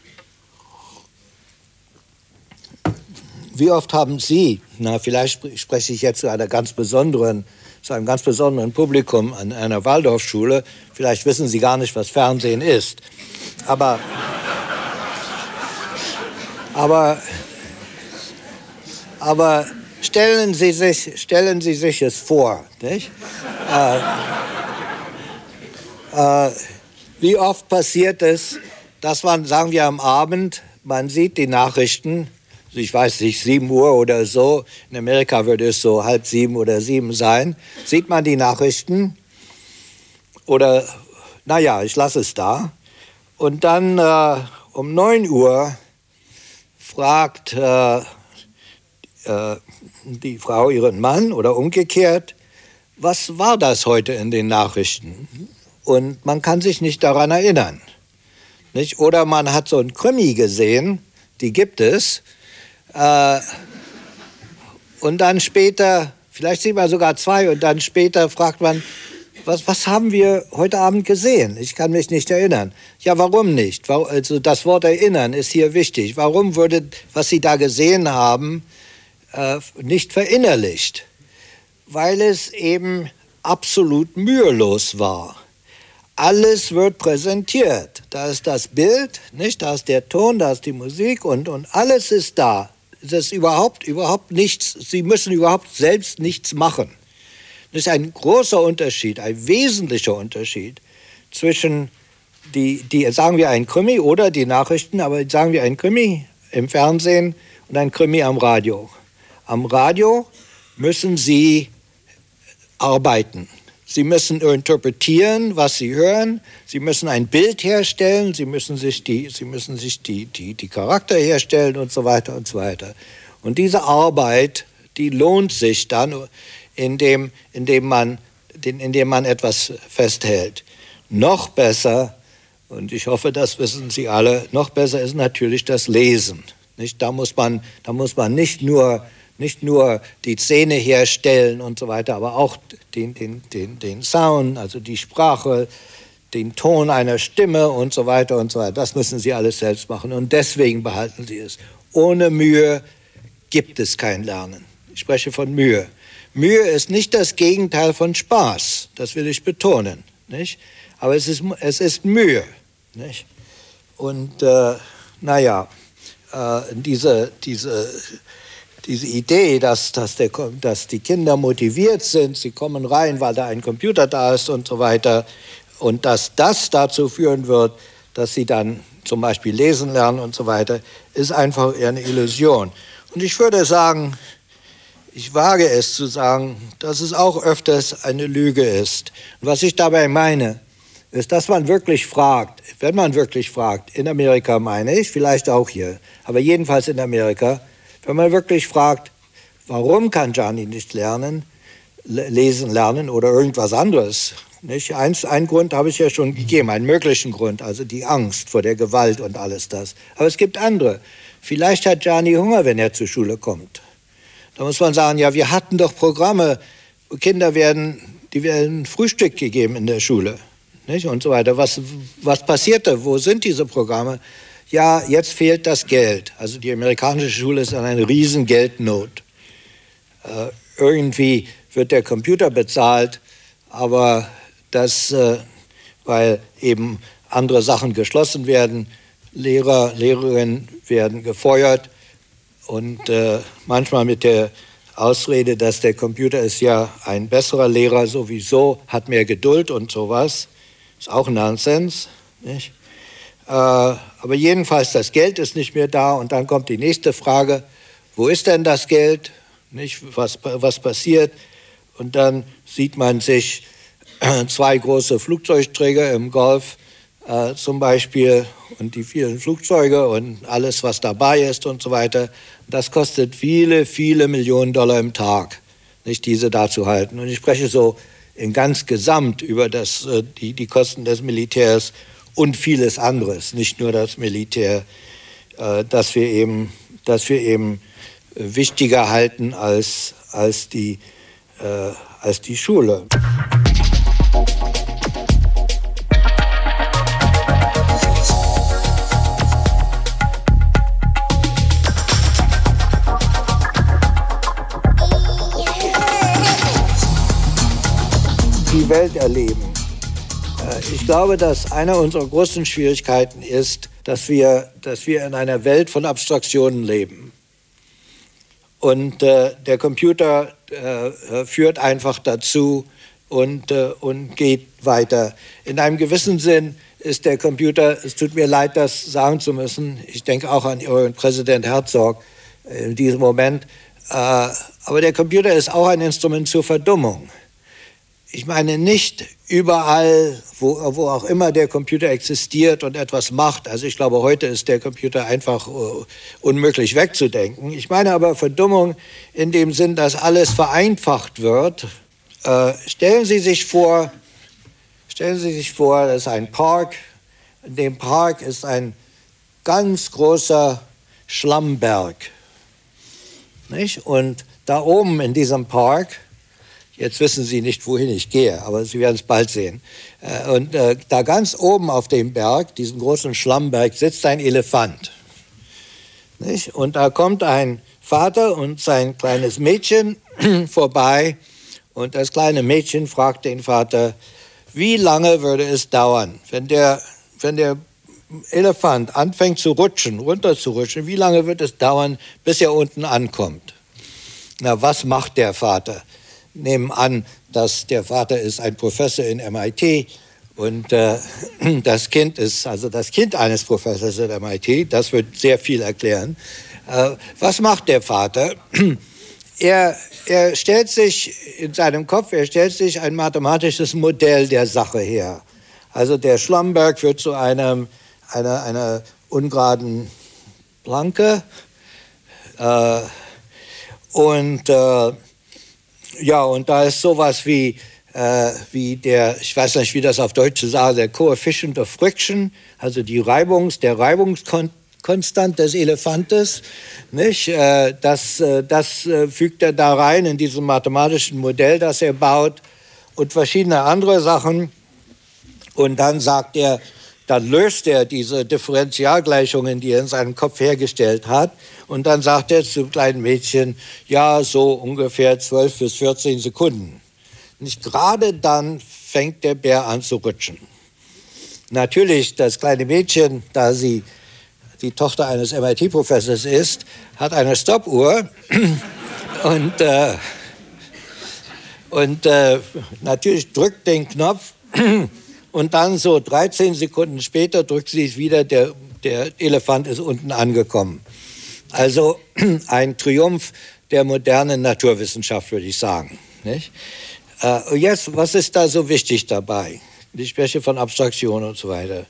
Wie oft haben Sie, na vielleicht spreche ich jetzt zu einer ganz besonderen, zu einem ganz besonderen Publikum an einer Waldorfschule, vielleicht wissen Sie gar nicht, was Fernsehen ist, aber, aber, aber stellen Sie sich, stellen Sie sich es vor, nicht? Äh, äh, wie oft passiert es, dass man, sagen wir am Abend, man sieht die Nachrichten, ich weiß nicht, sieben Uhr oder so, in Amerika würde es so halb sieben oder sieben sein, sieht man die Nachrichten oder, naja, ich lasse es da. Und dann äh, um neun Uhr fragt äh, äh, die Frau ihren Mann oder umgekehrt, was war das heute in den Nachrichten? Und man kann sich nicht daran erinnern. Nicht? Oder man hat so ein Krimi gesehen, die gibt es, Äh, und dann später, vielleicht sieht man sogar zwei, und dann später fragt man, was, was haben wir heute Abend gesehen? Ich kann mich nicht erinnern. Ja, warum nicht? Also das Wort erinnern ist hier wichtig. Warum wurde, was Sie da gesehen haben, äh, nicht verinnerlicht? Weil es eben absolut mühelos war. Alles wird präsentiert. Da ist das Bild, nicht? Da ist der Ton, da ist die Musik und, und alles ist da. Das ist überhaupt, überhaupt nichts. Sie müssen überhaupt selbst nichts machen. Das ist ein großer Unterschied, ein wesentlicher Unterschied zwischen, die, die, sagen wir ein Krimi oder die Nachrichten, aber sagen wir ein Krimi im Fernsehen und ein Krimi am Radio. Am Radio müssen Sie arbeiten. Sie müssen interpretieren, was Sie hören. Sie müssen ein Bild herstellen. Sie müssen sich die, Sie müssen sich die, die, die Charakter herstellen und so weiter und so weiter. Und diese Arbeit, die lohnt sich dann, indem, indem, man, indem man etwas festhält. Noch besser, und ich hoffe, das wissen Sie alle, noch besser ist natürlich das Lesen. Nicht? Da muss man, da muss man nicht nur Nicht nur die Szene herstellen und so weiter, aber auch den, den, den, den Sound, also die Sprache, den Ton einer Stimme und so weiter und so weiter. Das müssen Sie alles selbst machen und deswegen behalten Sie es. Ohne Mühe gibt es kein Lernen. Ich spreche von Mühe. Mühe ist nicht das Gegenteil von Spaß, das will ich betonen, nicht? Aber es ist, es ist Mühe, nicht? Und äh, naja, äh, diese, diese Diese Idee, dass, dass, der, dass die Kinder motiviert sind, sie kommen rein, weil da ein Computer da ist und so weiter, und dass das dazu führen wird, dass sie dann zum Beispiel lesen lernen und so weiter, ist einfach eher eine Illusion. Und ich würde sagen, ich wage es zu sagen, dass es auch öfters eine Lüge ist. Und was ich dabei meine, ist, dass man wirklich fragt, wenn man wirklich fragt, in Amerika meine ich, vielleicht auch hier, aber jedenfalls in Amerika, wenn man wirklich fragt, warum kann Gianni nicht lernen, lesen lernen oder irgendwas anderes, nicht? Eins, einen Grund habe ich ja schon gegeben, einen möglichen Grund, also die Angst vor der Gewalt und alles das. Aber es gibt andere. Vielleicht hat Gianni Hunger, wenn er zur Schule kommt. Da muss man sagen, ja, wir hatten doch Programme, Kinder werden, die werden Frühstück gegeben in der Schule, nicht? Und so weiter. Was, was passierte? Wo sind diese Programme? Ja, jetzt fehlt das Geld. Also die amerikanische Schule ist an einer riesen Geldnot. Äh, irgendwie wird der Computer bezahlt, aber das, äh, weil eben andere Sachen geschlossen werden, Lehrer, Lehrerinnen werden gefeuert und äh, manchmal mit der Ausrede, dass der Computer ist ja ein besserer Lehrer sowieso, hat mehr Geduld und sowas. Ist auch Nonsens, nicht? Äh, aber jedenfalls, das Geld ist nicht mehr da und dann kommt die nächste Frage, wo ist denn das Geld? Nicht? Was, was passiert? Und dann sieht man sich äh, zwei große Flugzeugträger im Golf äh, zum Beispiel und die vielen Flugzeuge und alles, was dabei ist und so weiter. Das kostet viele, viele Millionen Dollar im Tag, nicht, diese da zu halten. Und ich spreche so in ganz Gesamt über das, äh, die, die Kosten des Militärs und vieles anderes, nicht nur das Militär, äh, dass wir eben, dass wir eben wichtiger halten als, als, die, äh, als die Schule. Die Welt erleben. Ich glaube, dass eine unserer großen Schwierigkeiten ist, dass wir, dass wir in einer Welt von Abstraktionen leben. Und äh, der Computer äh, führt einfach dazu und, äh, und geht weiter. In einem gewissen Sinn ist der Computer, es tut mir leid, das sagen zu müssen, ich denke auch an Ihren Präsident Herzog in diesem Moment, äh, aber der Computer ist auch ein Instrument zur Verdummung. Ich meine nicht überall, wo, wo auch immer der Computer existiert und etwas macht. Also ich glaube, heute ist der Computer einfach uh, unmöglich wegzudenken. Ich meine aber Verdummung in dem Sinn, dass alles vereinfacht wird. Äh, stellen Sie sich vor, stellen Sie sich vor, das ist ein Park. In dem Park ist ein ganz großer Schlammberg. Nicht? Und da oben in diesem Park, jetzt wissen Sie nicht, wohin ich gehe, aber Sie werden es bald sehen. Und äh, da ganz oben auf dem Berg, diesen großen Schlammberg, sitzt ein Elefant. Nicht? Und da kommt ein Vater und sein kleines Mädchen vorbei. Und das kleine Mädchen fragt den Vater, wie lange würde es dauern, wenn der, wenn der Elefant anfängt zu rutschen, runter zu rutschen, wie lange wird es dauern, bis er unten ankommt? Na, was macht der Vater? Nehmen an, dass der Vater ist ein Professor in M I T und äh, das Kind ist also das Kind eines Professors in M I T. Das wird sehr viel erklären. Äh, was macht der Vater? Er, er stellt sich in seinem Kopf, er stellt sich ein mathematisches Modell der Sache her. Also der Schlammberg wird zu einem, einer, einer ungeraden Planke äh, und äh, ja, und da ist sowas wie, äh, wie der, ich weiß nicht, wie das auf Deutsch zu sagen, der Coefficient of Friction, also die Reibungs, der Reibungskonstant des Elefantes, nicht? Äh, das äh, das äh, fügt er da rein in diesem mathematischen Modell, das er baut und verschiedene andere Sachen. Und dann sagt er, dann löst er diese Differentialgleichungen, die er in seinem Kopf hergestellt hat. Und dann sagt er zum kleinen Mädchen, ja, so ungefähr zwölf bis vierzehn Sekunden. Nicht gerade dann fängt der Bär an zu rutschen. Natürlich, das kleine Mädchen, da sie die Tochter eines M I T-Professors ist, hat eine Stoppuhr. und äh, und äh, natürlich drückt den Knopf. Und dann so dreizehn Sekunden später drückt sie es wieder, der, der Elefant ist unten angekommen. Also ein Triumph der modernen Naturwissenschaft, würde ich sagen. Nicht? Äh, und jetzt, was ist da so wichtig dabei? Ich spreche von Abstraktion und so weiter.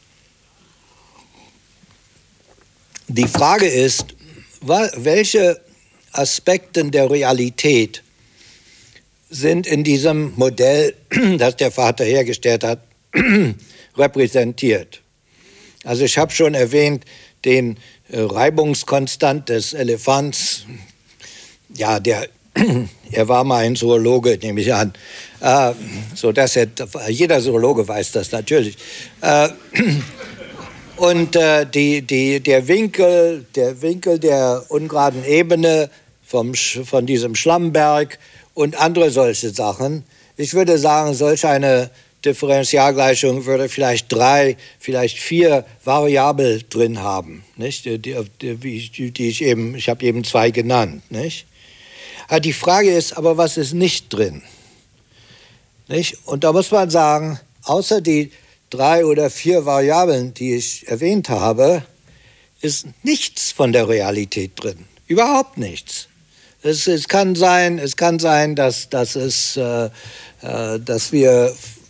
Die Frage ist, welche Aspekte der Realität sind in diesem Modell, das der Vater hergestellt hat, repräsentiert. Also ich habe schon erwähnt, den äh, Reibungskonstant des Elefants. Ja, der, er war mal ein Zoologe, nehme ich an. Äh, so dass er, jeder Zoologe weiß das natürlich. Äh, und äh, die, die, der, Winkel, der Winkel der ungeraden Ebene vom, von diesem Schlammberg und andere solche Sachen. Ich würde sagen, solch eine Differentialgleichung würde vielleicht drei, vielleicht vier Variablen drin haben, nicht? Die, die, die, die ich eben, ich habe eben zwei genannt, nicht? Die Frage ist aber, was ist nicht drin? Nicht? Und da muss man sagen, außer die drei oder vier Variablen, die ich erwähnt habe, ist nichts von der Realität drin. Überhaupt nichts. Es, es kann sein, es kann sein, dass, dass, es, äh, äh, dass wir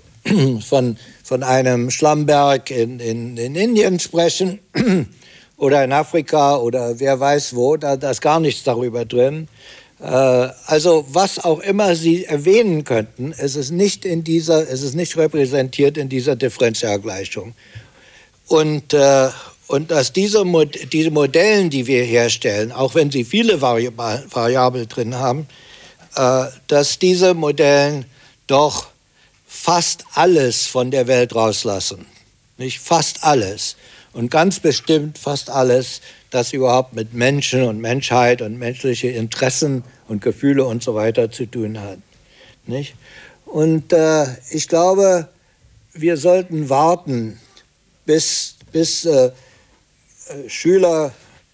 von, von einem Schlammberg in, in, in Indien sprechen oder in Afrika oder wer weiß wo, da, da ist gar nichts darüber drin. Äh, also was auch immer Sie erwähnen könnten, es ist nicht in dieser, es ist nicht repräsentiert in dieser Differentialgleichung. Und, äh, und dass diese, Mod diese Modellen, die wir herstellen, auch wenn sie viele Variablen Variable drin haben, äh, dass diese Modellen doch fast alles von der Welt rauslassen. Nicht fast alles. Und ganz bestimmt fast alles, das überhaupt mit Menschen und Menschheit und menschliche Interessen und Gefühle und so weiter zu tun hat. Nicht? Und äh, ich glaube, wir sollten warten, bis, bis äh, Schüler,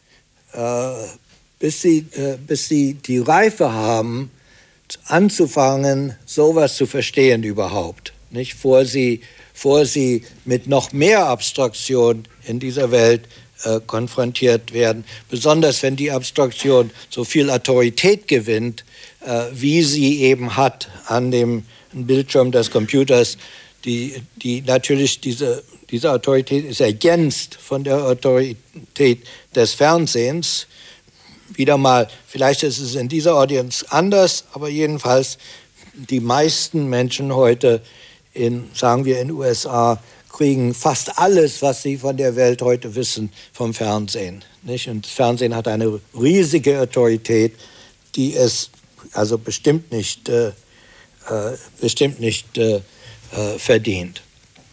äh, bis, sie, äh, bis sie die Reife haben, anzufangen, sowas zu verstehen überhaupt, nicht? Vor sie, vor sie mit noch mehr Abstraktion in dieser Welt äh, konfrontiert werden. Besonders wenn die Abstraktion so viel Autorität gewinnt, äh, wie sie eben hat an dem Bildschirm des Computers, die, die natürlich diese, diese Autorität ist ergänzt von der Autorität des Fernsehens. Wieder mal, vielleicht ist es in dieser Audience anders, aber jedenfalls die meisten Menschen heute in, sagen wir in den U S A, kriegen fast alles, was sie von der Welt heute wissen, vom Fernsehen. Nicht? Und das Fernsehen hat eine riesige Autorität, die es also bestimmt nicht, äh, äh, bestimmt nicht äh, äh, verdient.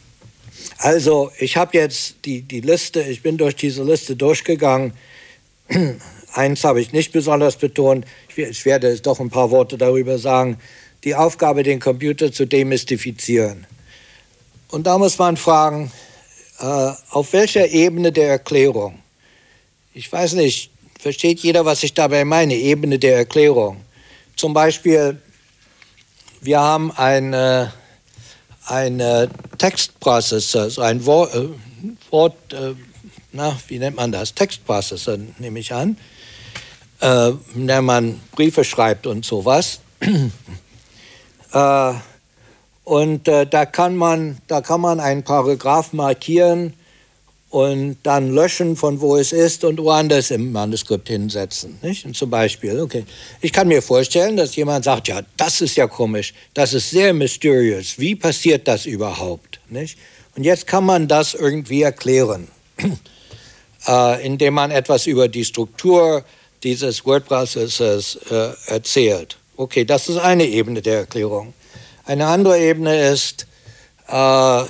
Also, ich habe jetzt die, die Liste, ich bin durch diese Liste durchgegangen. Eins habe ich nicht besonders betont, ich werde doch ein paar Worte darüber sagen, die Aufgabe, den Computer zu demystifizieren. Und da muss man fragen, äh, auf welcher Ebene der Erklärung? Ich weiß nicht, versteht jeder, was ich dabei meine, Ebene der Erklärung? Zum Beispiel, wir haben ein, ein Textprozessor, so ein Wort, äh, Wort äh, na, wie nennt man das? Textprozessor, nehme ich an. Äh, in der man Briefe schreibt und sowas. äh, und äh, da, kann man, da kann man einen Paragraph markieren und dann löschen, von wo es ist und woanders im Manuskript hinsetzen. Nicht? Und zum Beispiel, okay, ich kann mir vorstellen, dass jemand sagt, ja, das ist ja komisch, das ist sehr mysteriös, wie passiert das überhaupt? Nicht? Und jetzt kann man das irgendwie erklären, äh, indem man etwas über die Struktur dieses Word-Prozessors äh, erzählt. Okay, das ist eine Ebene der Erklärung. Eine andere Ebene ist, äh,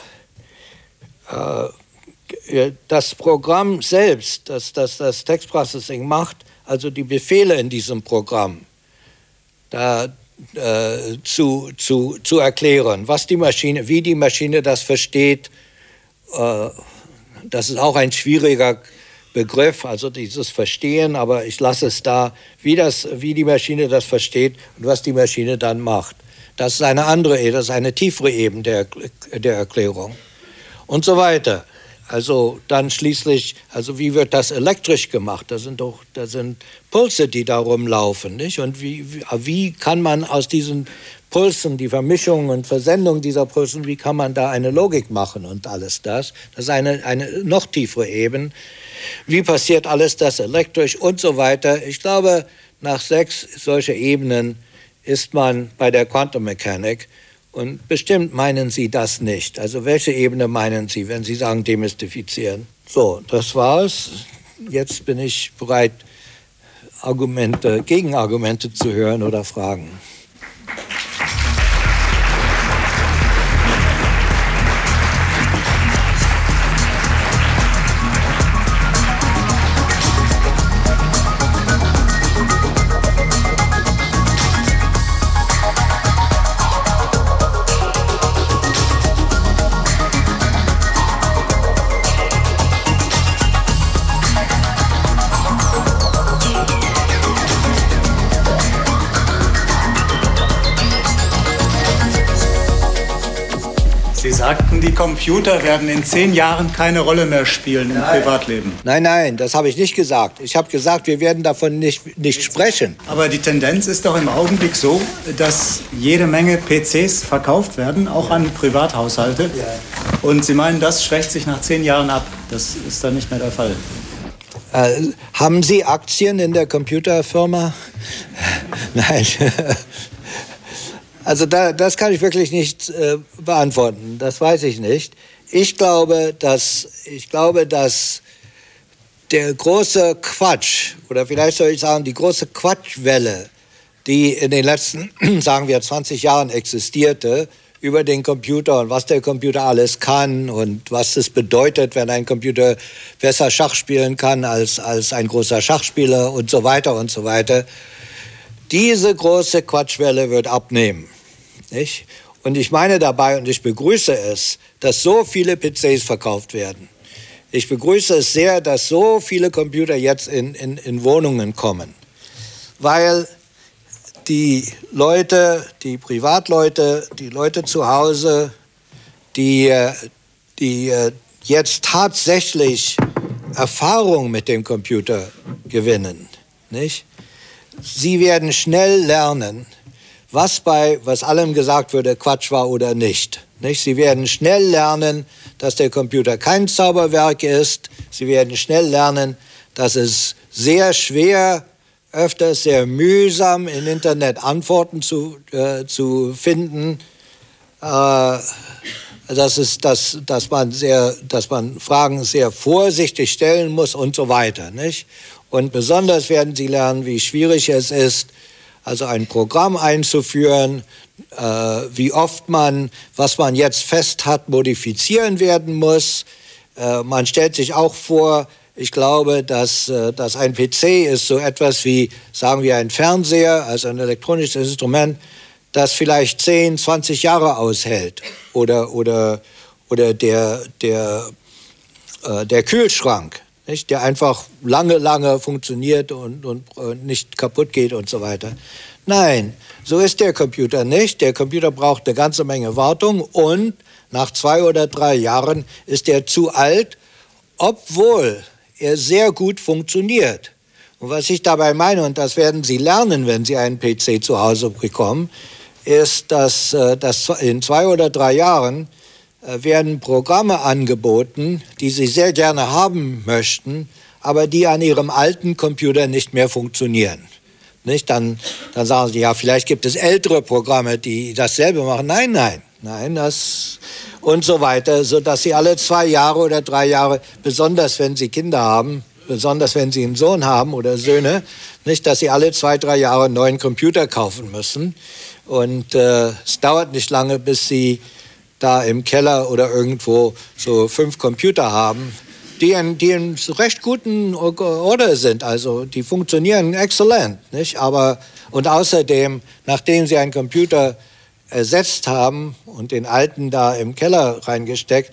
äh, das Programm selbst, das, das das Textprocessing macht, also die Befehle in diesem Programm, da, äh, zu, zu, zu erklären, was die Maschine, wie die Maschine das versteht. Äh, das ist auch ein schwieriger Begriff, also dieses Verstehen, aber ich lasse es da, wie, das, wie die Maschine das versteht und was die Maschine dann macht. Das ist eine andere Ebene, das ist eine tiefere Ebene der, der Erklärung. Und so weiter. Also dann schließlich, also wie wird das elektrisch gemacht? Das sind doch, das sind Pulse, die da rumlaufen, nicht? Und wie, wie, wie kann man aus diesen Pulsen, die Vermischung und Versendung dieser Pulsen, wie kann man da eine Logik machen und alles das? Das ist eine, eine noch tiefere Ebene. Wie passiert alles das elektrisch und so weiter? Ich glaube, nach sechs solcher Ebenen ist man bei der Quantenmechanik. Und bestimmt meinen Sie das nicht. Also welche Ebene meinen Sie, wenn Sie sagen demystifizieren? So, das war's. Jetzt bin ich bereit, Argumente, Gegenargumente zu hören oder Fragen. sagten, die Computer werden in zehn Jahren keine Rolle mehr spielen im Nein. Privatleben. Nein, nein, das habe ich nicht gesagt. Ich habe gesagt, wir werden davon nicht, nicht sprechen. Aber die Tendenz ist doch im Augenblick so, dass jede Menge P Cs verkauft werden, auch an Privathaushalte. Ja. Und Sie meinen, das schwächt sich nach zehn Jahren ab. Das ist dann nicht mehr der Fall. Äh, haben Sie Aktien in der Computerfirma? Nein. Also da, das kann ich wirklich nicht äh, beantworten. Das weiß ich nicht. Ich glaube, dass, ich glaube, dass der große Quatsch, oder vielleicht soll ich sagen, die große Quatschwelle, die in den letzten, sagen wir, zwanzig Jahren existierte, über den Computer und was der Computer alles kann und was es bedeutet, wenn ein Computer besser Schach spielen kann als, als ein großer Schachspieler und so weiter und so weiter. Diese große Quatschwelle wird abnehmen. Nicht? Und ich meine dabei, und ich begrüße es, dass so viele P Cs verkauft werden. Ich begrüße es sehr, dass so viele Computer jetzt in, in, in Wohnungen kommen. Weil die Leute, die Privatleute, die Leute zu Hause, die, die jetzt tatsächlich Erfahrung mit dem Computer gewinnen, nicht? Sie werden schnell lernen, was bei was allem gesagt wurde, Quatsch war oder nicht. Nicht? Sie werden schnell lernen, dass der Computer kein Zauberwerk ist. Sie werden schnell lernen, dass es sehr schwer, öfters sehr mühsam im Internet Antworten zu, äh, zu finden. Äh, dass, es, dass, dass, man sehr, dass man Fragen sehr vorsichtig stellen muss und so weiter. Nicht? Und besonders werden sie lernen, wie schwierig es ist, also ein Programm einzuführen, äh, wie oft man, was man jetzt fest hat, modifizieren werden muss. Äh, man stellt sich auch vor, ich glaube, dass, äh, dass ein P C ist so etwas wie, sagen wir, ein Fernseher, also ein elektronisches Instrument, das vielleicht zehn, zwanzig Jahre aushält. Oder, oder, oder der, der, äh, der Kühlschrank, nicht? Der einfach lange, lange funktioniert und, und äh, nicht kaputt geht und so weiter. Nein, so ist der Computer nicht. Der Computer braucht eine ganze Menge Wartung und nach zwei oder drei Jahren ist er zu alt, obwohl er sehr gut funktioniert. Und was ich dabei meine, und das werden Sie lernen, wenn Sie einen P C zu Hause bekommen, ist, dass, dass in zwei oder drei Jahren werden Programme angeboten, die Sie sehr gerne haben möchten, aber die an Ihrem alten Computer nicht mehr funktionieren. Nicht? Dann, dann sagen Sie, ja, vielleicht gibt es ältere Programme, die dasselbe machen. Nein, nein, nein, das und so weiter, sodass Sie alle zwei Jahre oder drei Jahre, besonders wenn Sie Kinder haben, besonders wenn Sie einen Sohn haben oder Söhne, nicht, dass Sie alle zwei, drei Jahre einen neuen Computer kaufen müssen. Und äh, es dauert nicht lange, bis Sie da im Keller oder irgendwo so fünf Computer haben, die in, die in recht guten Order sind. Also die funktionieren exzellent, nicht? Aber, und außerdem, nachdem Sie einen Computer ersetzt haben und den alten da im Keller reingesteckt,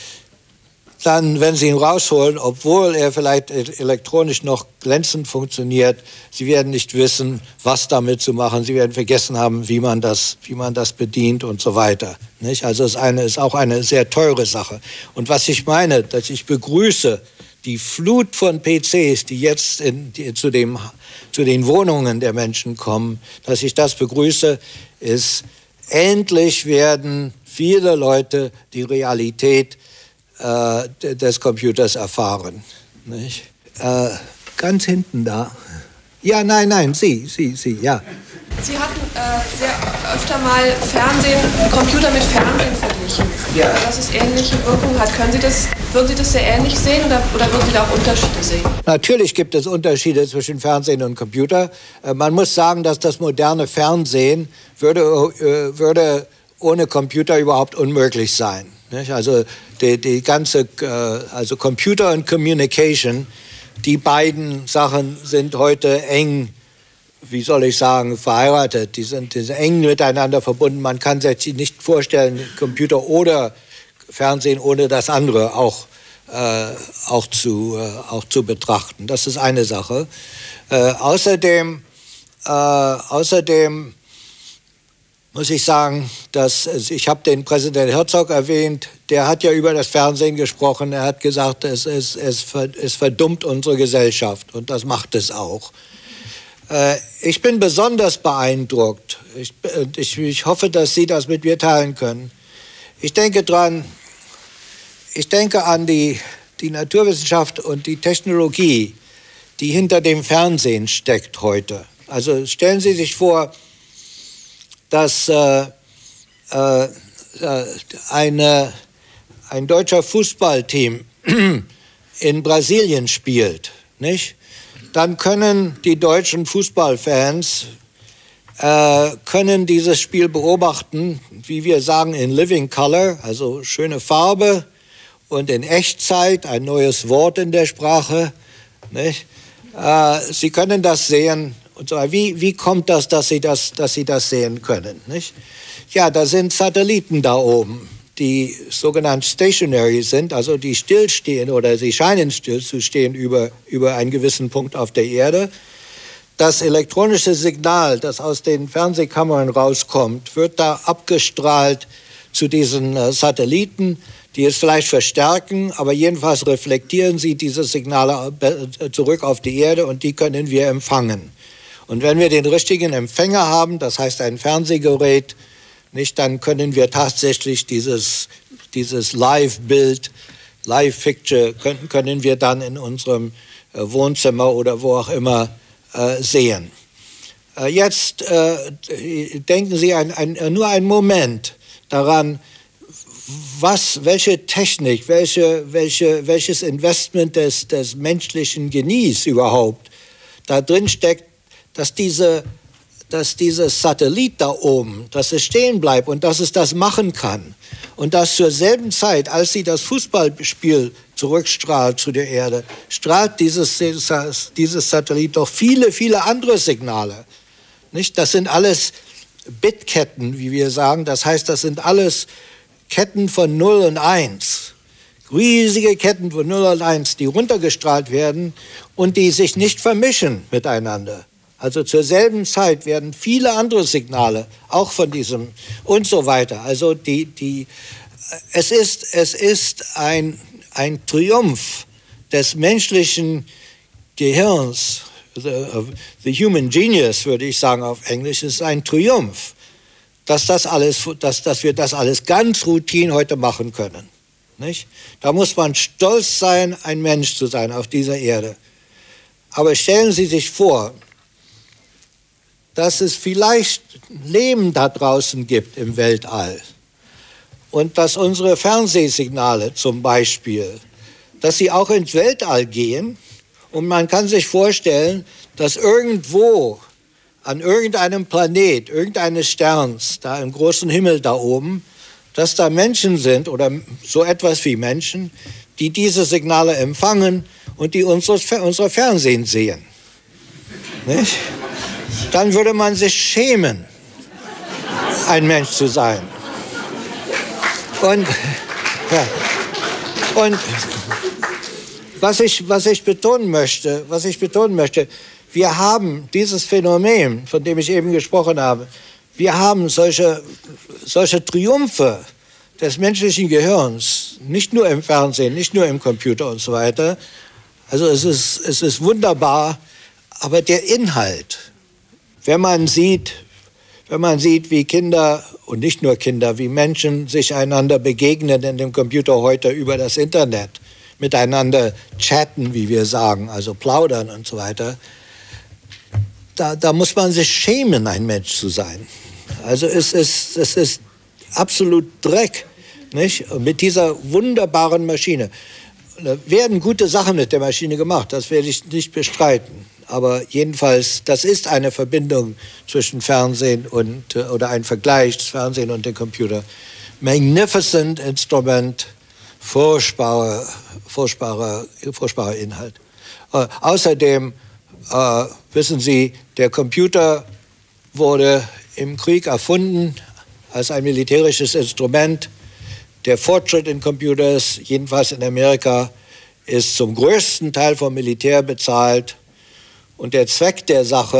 dann, wenn Sie ihn rausholen, obwohl er vielleicht elektronisch noch glänzend funktioniert, Sie werden nicht wissen, was damit zu machen. Sie werden vergessen haben, wie man das, wie man das bedient und so weiter. Nicht? Also es ist, eine, ist auch eine sehr teure Sache. Und was ich meine, dass ich begrüße, die Flut von P Cs, die jetzt in, die, zu, dem, zu den Wohnungen der Menschen kommen, dass ich das begrüße, ist, endlich werden viele Leute die Realität des Computers erfahren. Nicht? Äh, ganz hinten da. Ja, nein, nein, Sie, Sie, Sie, ja. Sie hatten äh, sehr öfter mal Fernsehen, Computer mit Fernsehen verglichen. Ja. Dass es ähnliche Wirkung hat. Können Sie das, würden Sie das sehr ähnlich sehen oder, oder würden Sie da auch Unterschiede sehen? Natürlich gibt es Unterschiede zwischen Fernsehen und Computer. Äh, man muss sagen, dass das moderne Fernsehen würde, äh, würde ohne Computer überhaupt unmöglich sein. Nicht? Also die, die ganze, äh, also Computer und Communication, die beiden Sachen sind heute eng, wie soll ich sagen, verheiratet. Die sind, die sind eng miteinander verbunden. Man kann sich nicht vorstellen, Computer oder Fernsehen ohne das andere auch, äh, auch, zu, äh, auch zu betrachten. Das ist eine Sache. Äh, außerdem, äh, außerdem muss ich sagen, dass ich habe den Präsident Herzog erwähnt, der hat ja über das Fernsehen gesprochen, er hat gesagt, es, es, es, es verdummt unsere Gesellschaft und das macht es auch. Äh, ich bin besonders beeindruckt, ich, ich, ich hoffe, dass Sie das mit mir teilen können. Ich denke dran, ich denke an die, die Naturwissenschaft und die Technologie, die hinter dem Fernsehen steckt heute. Also stellen Sie sich vor, dass äh, äh, eine, ein deutscher Fußballteam in Brasilien spielt, nicht? Dann können die deutschen Fußballfans äh, können dieses Spiel beobachten, wie wir sagen, in Living Color, also schöne Farbe und in Echtzeit, ein neues Wort in der Sprache, nicht? Äh, Sie können das sehen. Und so, wie, wie kommt das, dass Sie das, dass Sie das sehen können? Nicht? Ja, da sind Satelliten da oben, die sogenannt stationary sind, also die stillstehen oder sie scheinen still zu stehen über, über einen gewissen Punkt auf der Erde. Das elektronische Signal, das aus den Fernsehkameran rauskommt, wird da abgestrahlt zu diesen äh, Satelliten, die es vielleicht verstärken, aber jedenfalls reflektieren sie diese Signale äh, zurück auf die Erde und die können wir empfangen. Und wenn wir den richtigen Empfänger haben, das heißt ein Fernsehgerät, nicht, dann können wir tatsächlich dieses, dieses Live-Bild, Live-Picture, können, können wir dann in unserem äh, Wohnzimmer oder wo auch immer äh, sehen. Äh, jetzt äh, denken Sie ein, ein, nur einen Moment daran, was, welche Technik, welche, welche, welches Investment des, des menschlichen Genies überhaupt da drin steckt, dass, diese, dass dieses Satellit da oben, dass es stehen bleibt und dass es das machen kann. Und dass zur selben Zeit, als sie das Fußballspiel zurückstrahlt zu der Erde, strahlt dieses, dieses Satellit doch viele, viele andere Signale. Nicht? Das sind alles Bitketten, wie wir sagen. Das heißt, das sind alles Ketten von null und eins. Riesige Ketten von null und eins, die runtergestrahlt werden und die sich nicht vermischen miteinander. Also zur selben Zeit werden viele andere Signale, auch von diesem und so weiter. Also die, die, es ist, es ist ein, ein Triumph des menschlichen Gehirns, the, the human genius, würde ich sagen auf Englisch, ist ein Triumph, dass, das alles, dass, dass wir das alles ganz routine heute machen können. Nicht? Da muss man stolz sein, ein Mensch zu sein auf dieser Erde. Aber stellen Sie sich vor, dass es vielleicht Leben da draußen gibt im Weltall und dass unsere Fernsehsignale zum Beispiel, dass sie auch ins Weltall gehen und man kann sich vorstellen, dass irgendwo an irgendeinem Planet, irgendeines Sterns, da im großen Himmel da oben, dass da Menschen sind oder so etwas wie Menschen, die diese Signale empfangen und die unser, unser Fernsehen sehen. Nicht? Dann würde man sich schämen, ein Mensch zu sein. Und, ja, und was ich, was ich betonen möchte, was ich betonen möchte, wir haben dieses Phänomen, von dem ich eben gesprochen habe, wir haben solche, solche Triumphe des menschlichen Gehirns, nicht nur im Fernsehen, nicht nur im Computer und so weiter. Also es ist, es ist wunderbar, aber der Inhalt, wenn man sieht, wenn man sieht, wie Kinder und nicht nur Kinder, wie Menschen sich einander begegnen in dem Computer heute über das Internet, miteinander chatten, wie wir sagen, also plaudern und so weiter, da, da muss man sich schämen, ein Mensch zu sein. Also es ist, es ist absolut Dreck, nicht? Mit dieser wunderbaren Maschine. Da werden gute Sachen mit der Maschine gemacht, das werde ich nicht bestreiten. Aber jedenfalls, das ist eine Verbindung zwischen Fernsehen und, oder ein Vergleich des Fernsehen und dem Computer. Magnificent Instrument, furchtbarer, furchtbarer, furchtbarer Inhalt. Äh, außerdem, äh, wissen Sie, der Computer wurde im Krieg erfunden als ein militärisches Instrument. Der Fortschritt in Computers, jedenfalls in Amerika, ist zum größten Teil vom Militär bezahlt. Und der Zweck der Sache,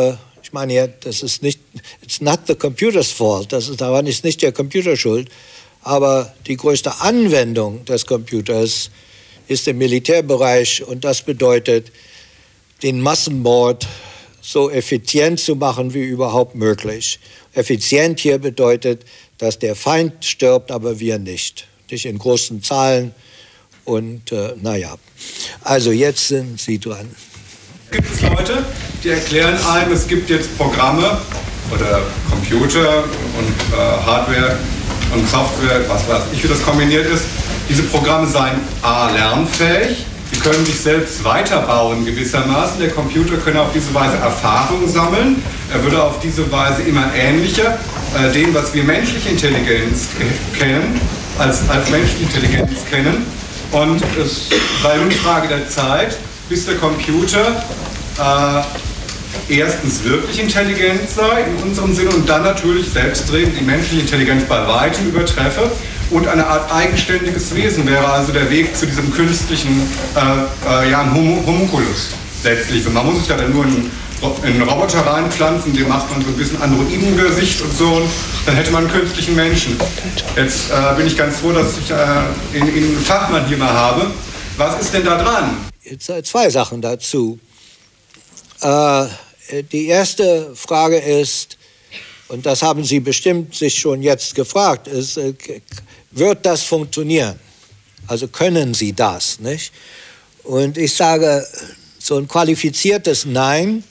Ich meine ja, das ist nicht, it's not the computer's fault, das ist, daran ist nicht der Computer schuld, aber die größte Anwendung des Computers ist im Militärbereich und das bedeutet, den Massenmord so effizient zu machen wie überhaupt möglich. Effizient hier bedeutet, dass der Feind stirbt, aber wir nicht. Nicht in großen Zahlen und äh, naja. Also jetzt sind Sie dran. Gibt es Leute, die erklären einem, es gibt jetzt Programme oder Computer und äh, Hardware und Software, was weiß ich, wie das kombiniert ist. Diese Programme seien a. lernfähig, die können sich selbst weiterbauen gewissermaßen. Der Computer könne auf diese Weise Erfahrung sammeln. Er würde auf diese Weise immer ähnlicher äh, dem, was wir menschliche Intelligenz kennen, als, als menschliche Intelligenz kennen. Und es sei nur eine Frage der Zeit, bis der Computer äh, erstens wirklich intelligent sei, in unserem Sinne, und dann natürlich selbstredend die menschliche Intelligenz bei weitem übertreffe und eine Art eigenständiges Wesen wäre, also der Weg zu diesem künstlichen äh, äh, ja, ein Hom Homunculus letztlich. Und man muss sich ja dann nur in, in einen Roboter reinpflanzen, dem macht man so ein bisschen Androidengesicht und so, und dann hätte man einen künstlichen Menschen. Jetzt äh, bin ich ganz froh, dass ich äh, in, in einen Fachmann hier mal habe. Was ist denn da dran? Jetzt zwei Sachen dazu. Äh, die erste Frage ist, und das haben Sie bestimmt sich schon jetzt gefragt, ist, äh, wird das funktionieren? Also können Sie das, nicht? Und ich sage, so ein qualifiziertes Nein.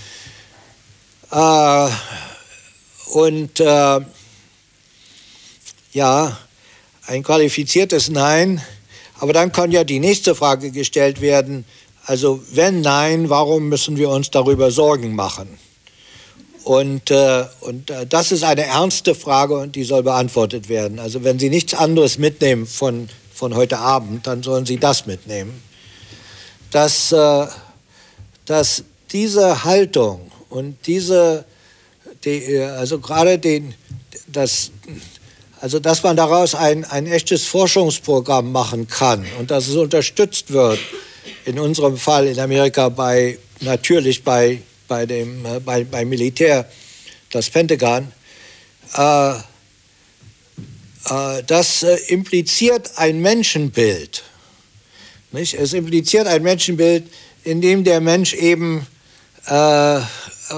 Äh, und äh, ja, ein qualifiziertes Nein. Aber dann kann ja die nächste Frage gestellt werden, also wenn nein, warum müssen wir uns darüber Sorgen machen? Und, äh, und äh, das ist eine ernste Frage und die soll beantwortet werden. Also wenn Sie nichts anderes mitnehmen von, von heute Abend, dann sollen Sie das mitnehmen. Dass, äh, dass diese Haltung und diese, die, also gerade den, das... Also, dass man daraus ein, ein echtes Forschungsprogramm machen kann und dass es unterstützt wird, in unserem Fall in Amerika bei, natürlich bei, bei dem, äh, bei, beim Militär, das Pentagon, äh, äh, das äh, impliziert ein Menschenbild. Nicht? Es impliziert ein Menschenbild, in dem der Mensch eben äh, äh,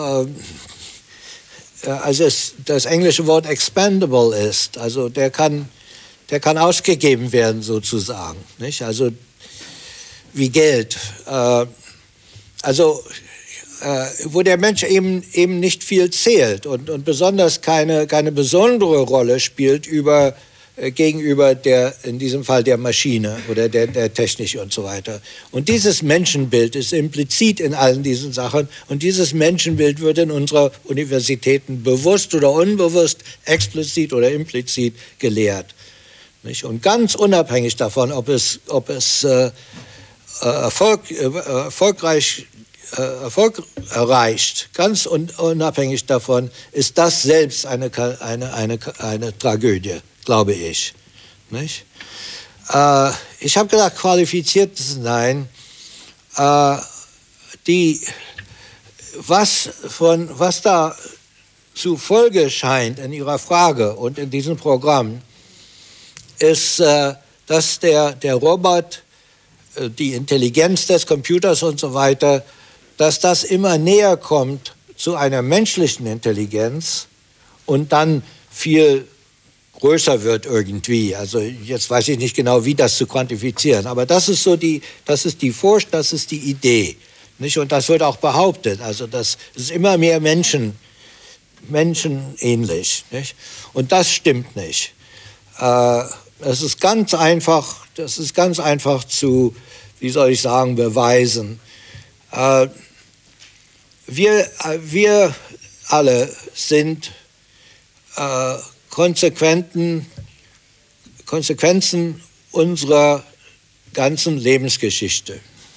also es, das englische Wort expendable ist, also der kann, der kann ausgegeben werden sozusagen, nicht? Also wie Geld. Äh, also äh, wo der Mensch eben, eben nicht viel zählt und, und besonders keine, keine besondere Rolle spielt über, äh, gegenüber der, in diesem Fall der Maschine oder der, der Technik und so weiter. Und dieses Menschenbild ist implizit in allen diesen Sachen und dieses Menschenbild wird in unserer Universitäten bewusst oder unbewusst, explizit oder implizit gelehrt. Nicht? Und ganz unabhängig davon, ob es, ob es äh, Erfolg, äh, erfolgreich äh, Erfolg erreicht, ganz un, unabhängig davon, ist das selbst eine, eine, eine, eine Tragödie, glaube ich. Nicht? Äh, ich habe gesagt, qualifiziertes Nein. Äh, die, was, von, was da zu Folge scheint in Ihrer Frage und in diesem Programm, ist, äh, dass der, der Roboter, äh, die Intelligenz des Computers und so weiter, dass das immer näher kommt zu einer menschlichen Intelligenz und dann viel größer wird irgendwie. Also jetzt weiß ich nicht genau, wie das zu quantifizieren, aber das ist so die, das ist die Forsch, das ist die Idee, nicht? Und das wird auch behauptet. Also das ist immer mehr Menschen, menschenähnlich, nicht? Und das stimmt nicht. Äh, es ist ganz einfach, das ist ganz einfach zu, wie soll ich sagen, beweisen. Äh, wir, wir alle sind äh, Konsequenten, Konsequenzen unserer ganzen Lebensgeschichte.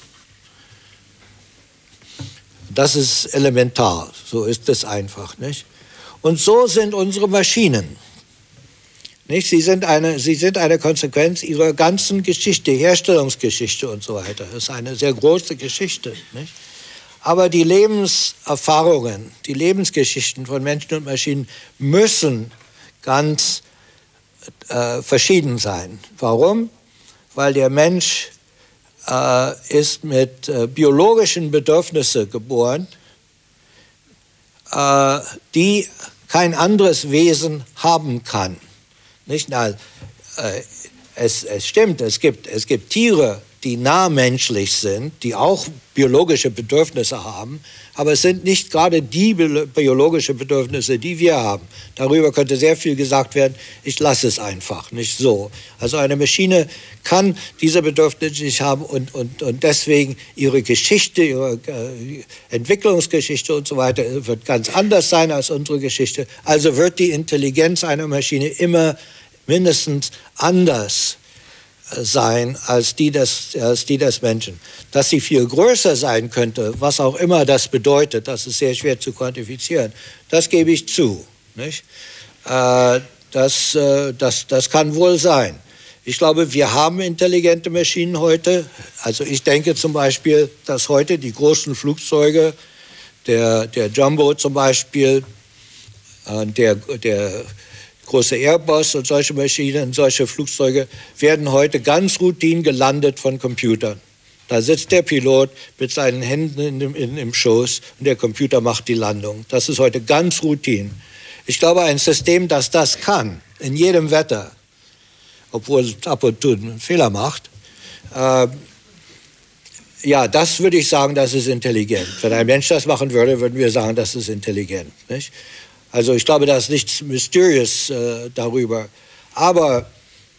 Das ist elementar, so ist es einfach, nicht? Und so sind unsere Maschinen. Nicht? Sie sind eine, sie sind eine Konsequenz ihrer ganzen Geschichte, Herstellungsgeschichte und so weiter. Das ist eine sehr große Geschichte. Nicht? Aber die Lebenserfahrungen, die Lebensgeschichten von Menschen und Maschinen müssen ganz äh, verschieden sein. Warum? Weil der Mensch äh, ist mit äh, biologischen Bedürfnissen geboren, äh, die kein anderes Wesen haben kann. Nicht? Na, äh, es, es stimmt, es gibt, es gibt Tiere, die nahmenschlich sind, die auch biologische Bedürfnisse haben, aber es sind nicht gerade die biologischen Bedürfnisse, die wir haben. Darüber könnte sehr viel gesagt werden. Ich lasse es einfach, nicht so. Also eine Maschine kann diese Bedürfnisse nicht haben und, und, und deswegen ihre Geschichte, ihre äh, Entwicklungsgeschichte und so weiter wird ganz anders sein als unsere Geschichte. Also wird die Intelligenz einer Maschine immer mindestens anders sein als die, des, als die des Menschen. Dass sie viel größer sein könnte, was auch immer das bedeutet, das ist sehr schwer zu quantifizieren, das gebe ich zu. Nicht? Äh, das, äh, das, das kann wohl sein. Ich glaube, wir haben intelligente Maschinen heute. Also ich denke zum Beispiel, dass heute die großen Flugzeuge, der, der Jumbo zum Beispiel, äh, der, der große Airbus und solche Maschinen, solche Flugzeuge werden heute ganz routine gelandet von Computern. Da sitzt der Pilot mit seinen Händen in dem, in, im Schoß und der Computer macht die Landung. Das ist heute ganz routine. Ich glaube, ein System, das das kann, in jedem Wetter, obwohl es ab und zu einen Fehler macht, äh, ja, das würde ich sagen, das ist intelligent. Wenn ein Mensch das machen würde, würden wir sagen, das ist intelligent. Nicht? Also ich glaube, da ist nichts Mysteriöses äh, darüber. Aber,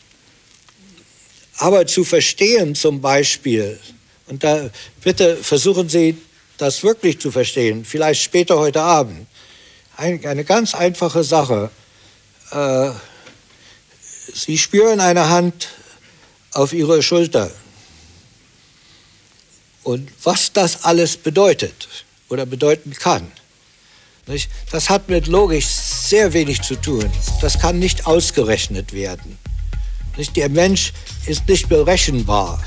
aber zu verstehen zum Beispiel, und da bitte versuchen Sie, das wirklich zu verstehen, vielleicht später heute Abend, ein, eine ganz einfache Sache. Äh, Sie spüren eine Hand auf Ihrer Schulter. Und was das alles bedeutet oder bedeuten kann, nicht? Das hat mit Logik sehr wenig zu tun. Das kann nicht ausgerechnet werden. Nicht? Der Mensch ist nicht berechenbar.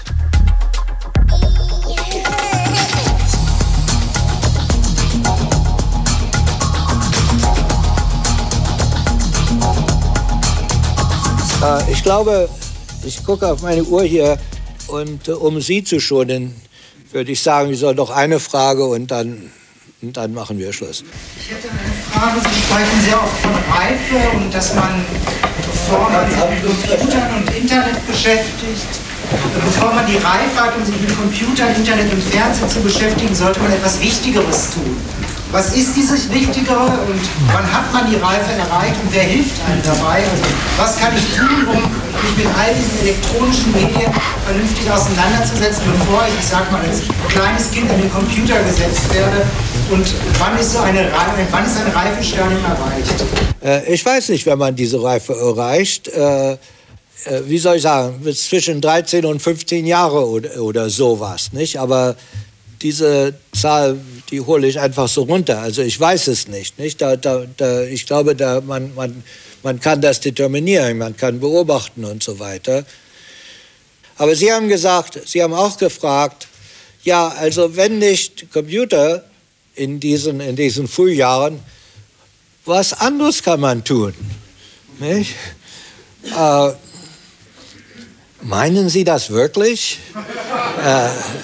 Äh, ich glaube, ich gucke auf meine Uhr hier und äh, um Sie zu schonen, würde ich sagen, wir sollen noch eine Frage und dann Und dann machen wir Schluss. Ich hätte eine Frage. Sie sprechen sehr oft von Reife und dass man, bevor man sich mit Computern und Internet beschäftigt, bevor man die Reife hat, um sich mit Computern, Internet und Fernsehen zu beschäftigen, sollte man etwas Wichtigeres tun. Was ist dieses Wichtigere und wann hat man die Reife erreicht und wer hilft einem dabei? Also was kann ich tun, um mich mit all diesen elektronischen Medien vernünftig auseinanderzusetzen, bevor ich, ich sag mal, als kleines Kind an den Computer gesetzt werde? Und wann ist so eine, wann ist ein Reifestadium erreicht? Äh, ich weiß nicht, wenn man diese Reife erreicht. Äh, äh, wie soll ich sagen, zwischen dreizehn und fünfzehn Jahre oder, oder sowas, nicht? Aber diese Zahl, die hole ich einfach so runter. Also ich weiß es nicht. nicht? Da, da, da, ich glaube, da man, man, man kann das determinieren, man kann beobachten und so weiter. Aber Sie haben gesagt, Sie haben auch gefragt, ja, also wenn nicht Computer in diesen, in diesen Frühjahren, was anderes kann man tun? Nicht? Äh, meinen Sie das wirklich? äh,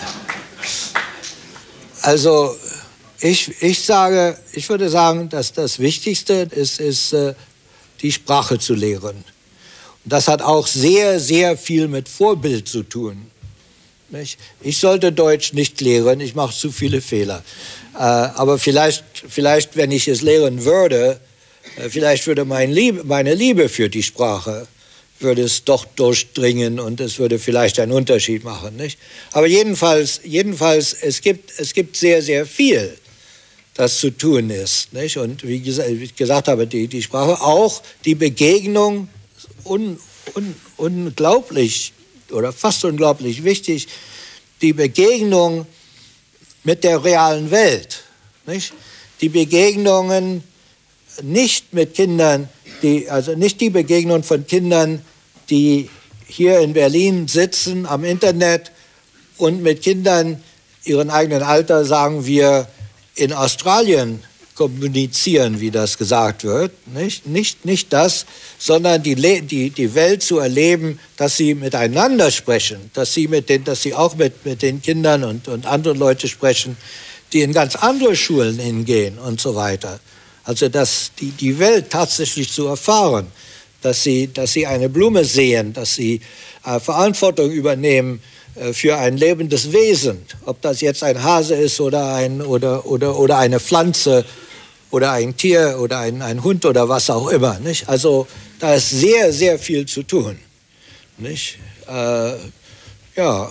Also ich, ich sage, ich würde sagen, dass das Wichtigste ist, ist äh, die Sprache zu lehren. Und das hat auch sehr, sehr viel mit Vorbild zu tun. Nicht? Ich sollte Deutsch nicht lehren, ich mache zu viele Fehler. Äh, aber vielleicht, vielleicht, wenn ich es lehren würde, äh, vielleicht würde mein Liebe, meine Liebe für die Sprache würde es doch durchdringen und es würde vielleicht einen Unterschied machen. Nicht? Aber jedenfalls, jedenfalls es, gibt, es gibt sehr, sehr viel, das zu tun ist. Nicht? Und wie, gesa wie ich gesagt habe, die, die Sprache, auch die Begegnung, un, un, unglaublich oder fast unglaublich wichtig, die Begegnung mit der realen Welt. Nicht? Die Begegnungen nicht mit Kindern, die, also nicht die Begegnung von Kindern, die hier in Berlin sitzen am Internet und mit Kindern ihren eigenen Alter, sagen wir, in Australien kommunizieren, wie das gesagt wird. Nicht, nicht, nicht das, sondern die, die, die Welt zu erleben, dass sie miteinander sprechen, dass sie, mit den, dass sie auch mit, mit den Kindern und, und anderen Leuten sprechen, die in ganz andere Schulen hingehen und so weiter. Also dass die, die Welt tatsächlich zu erfahren, dass sie, dass sie eine Blume sehen, dass sie äh, Verantwortung übernehmen äh, für ein lebendes Wesen, ob das jetzt ein Hase ist oder, ein, oder, oder, oder eine Pflanze oder ein Tier oder ein, ein Hund oder was auch immer. Nicht? Also da ist sehr, sehr viel zu tun. Nicht? Äh, ja,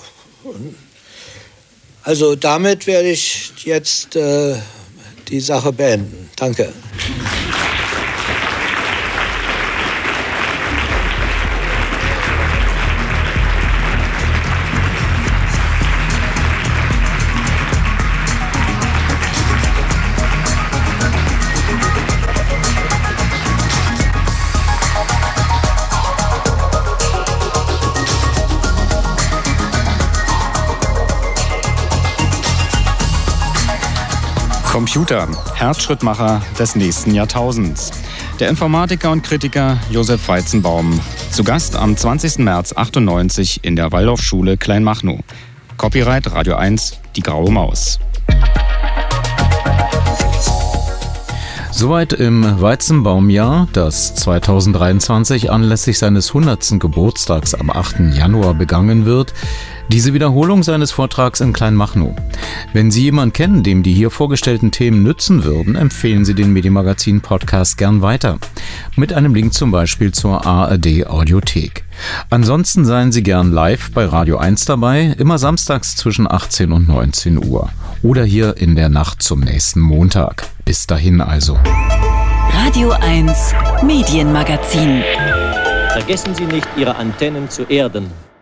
also damit werde ich jetzt äh, die Sache beenden. Danke. Computer, Herzschrittmacher des nächsten Jahrtausends. Der Informatiker und Kritiker Josef Weizenbaum. Zu Gast am zwanzigsten März achtundneunzig in der Waldorfschule Kleinmachnow. Copyright Radio eins, die graue Maus. Soweit im Weizenbaumjahr, das zweitausenddreiundzwanzig anlässlich seines hundertsten Geburtstags am achten Januar begangen wird. Diese Wiederholung seines Vortrags in Kleinmachnow. Wenn Sie jemanden kennen, dem die hier vorgestellten Themen nützen würden, empfehlen Sie den Medienmagazin-Podcast gern weiter. Mit einem Link zum Beispiel zur A R D-Audiothek. Ansonsten seien Sie gern live bei Radio eins dabei, immer samstags zwischen achtzehn und neunzehn Uhr. Oder hier in der Nacht zum nächsten Montag. Bis dahin also. Radio eins Medienmagazin. Vergessen Sie nicht, Ihre Antennen zu erden.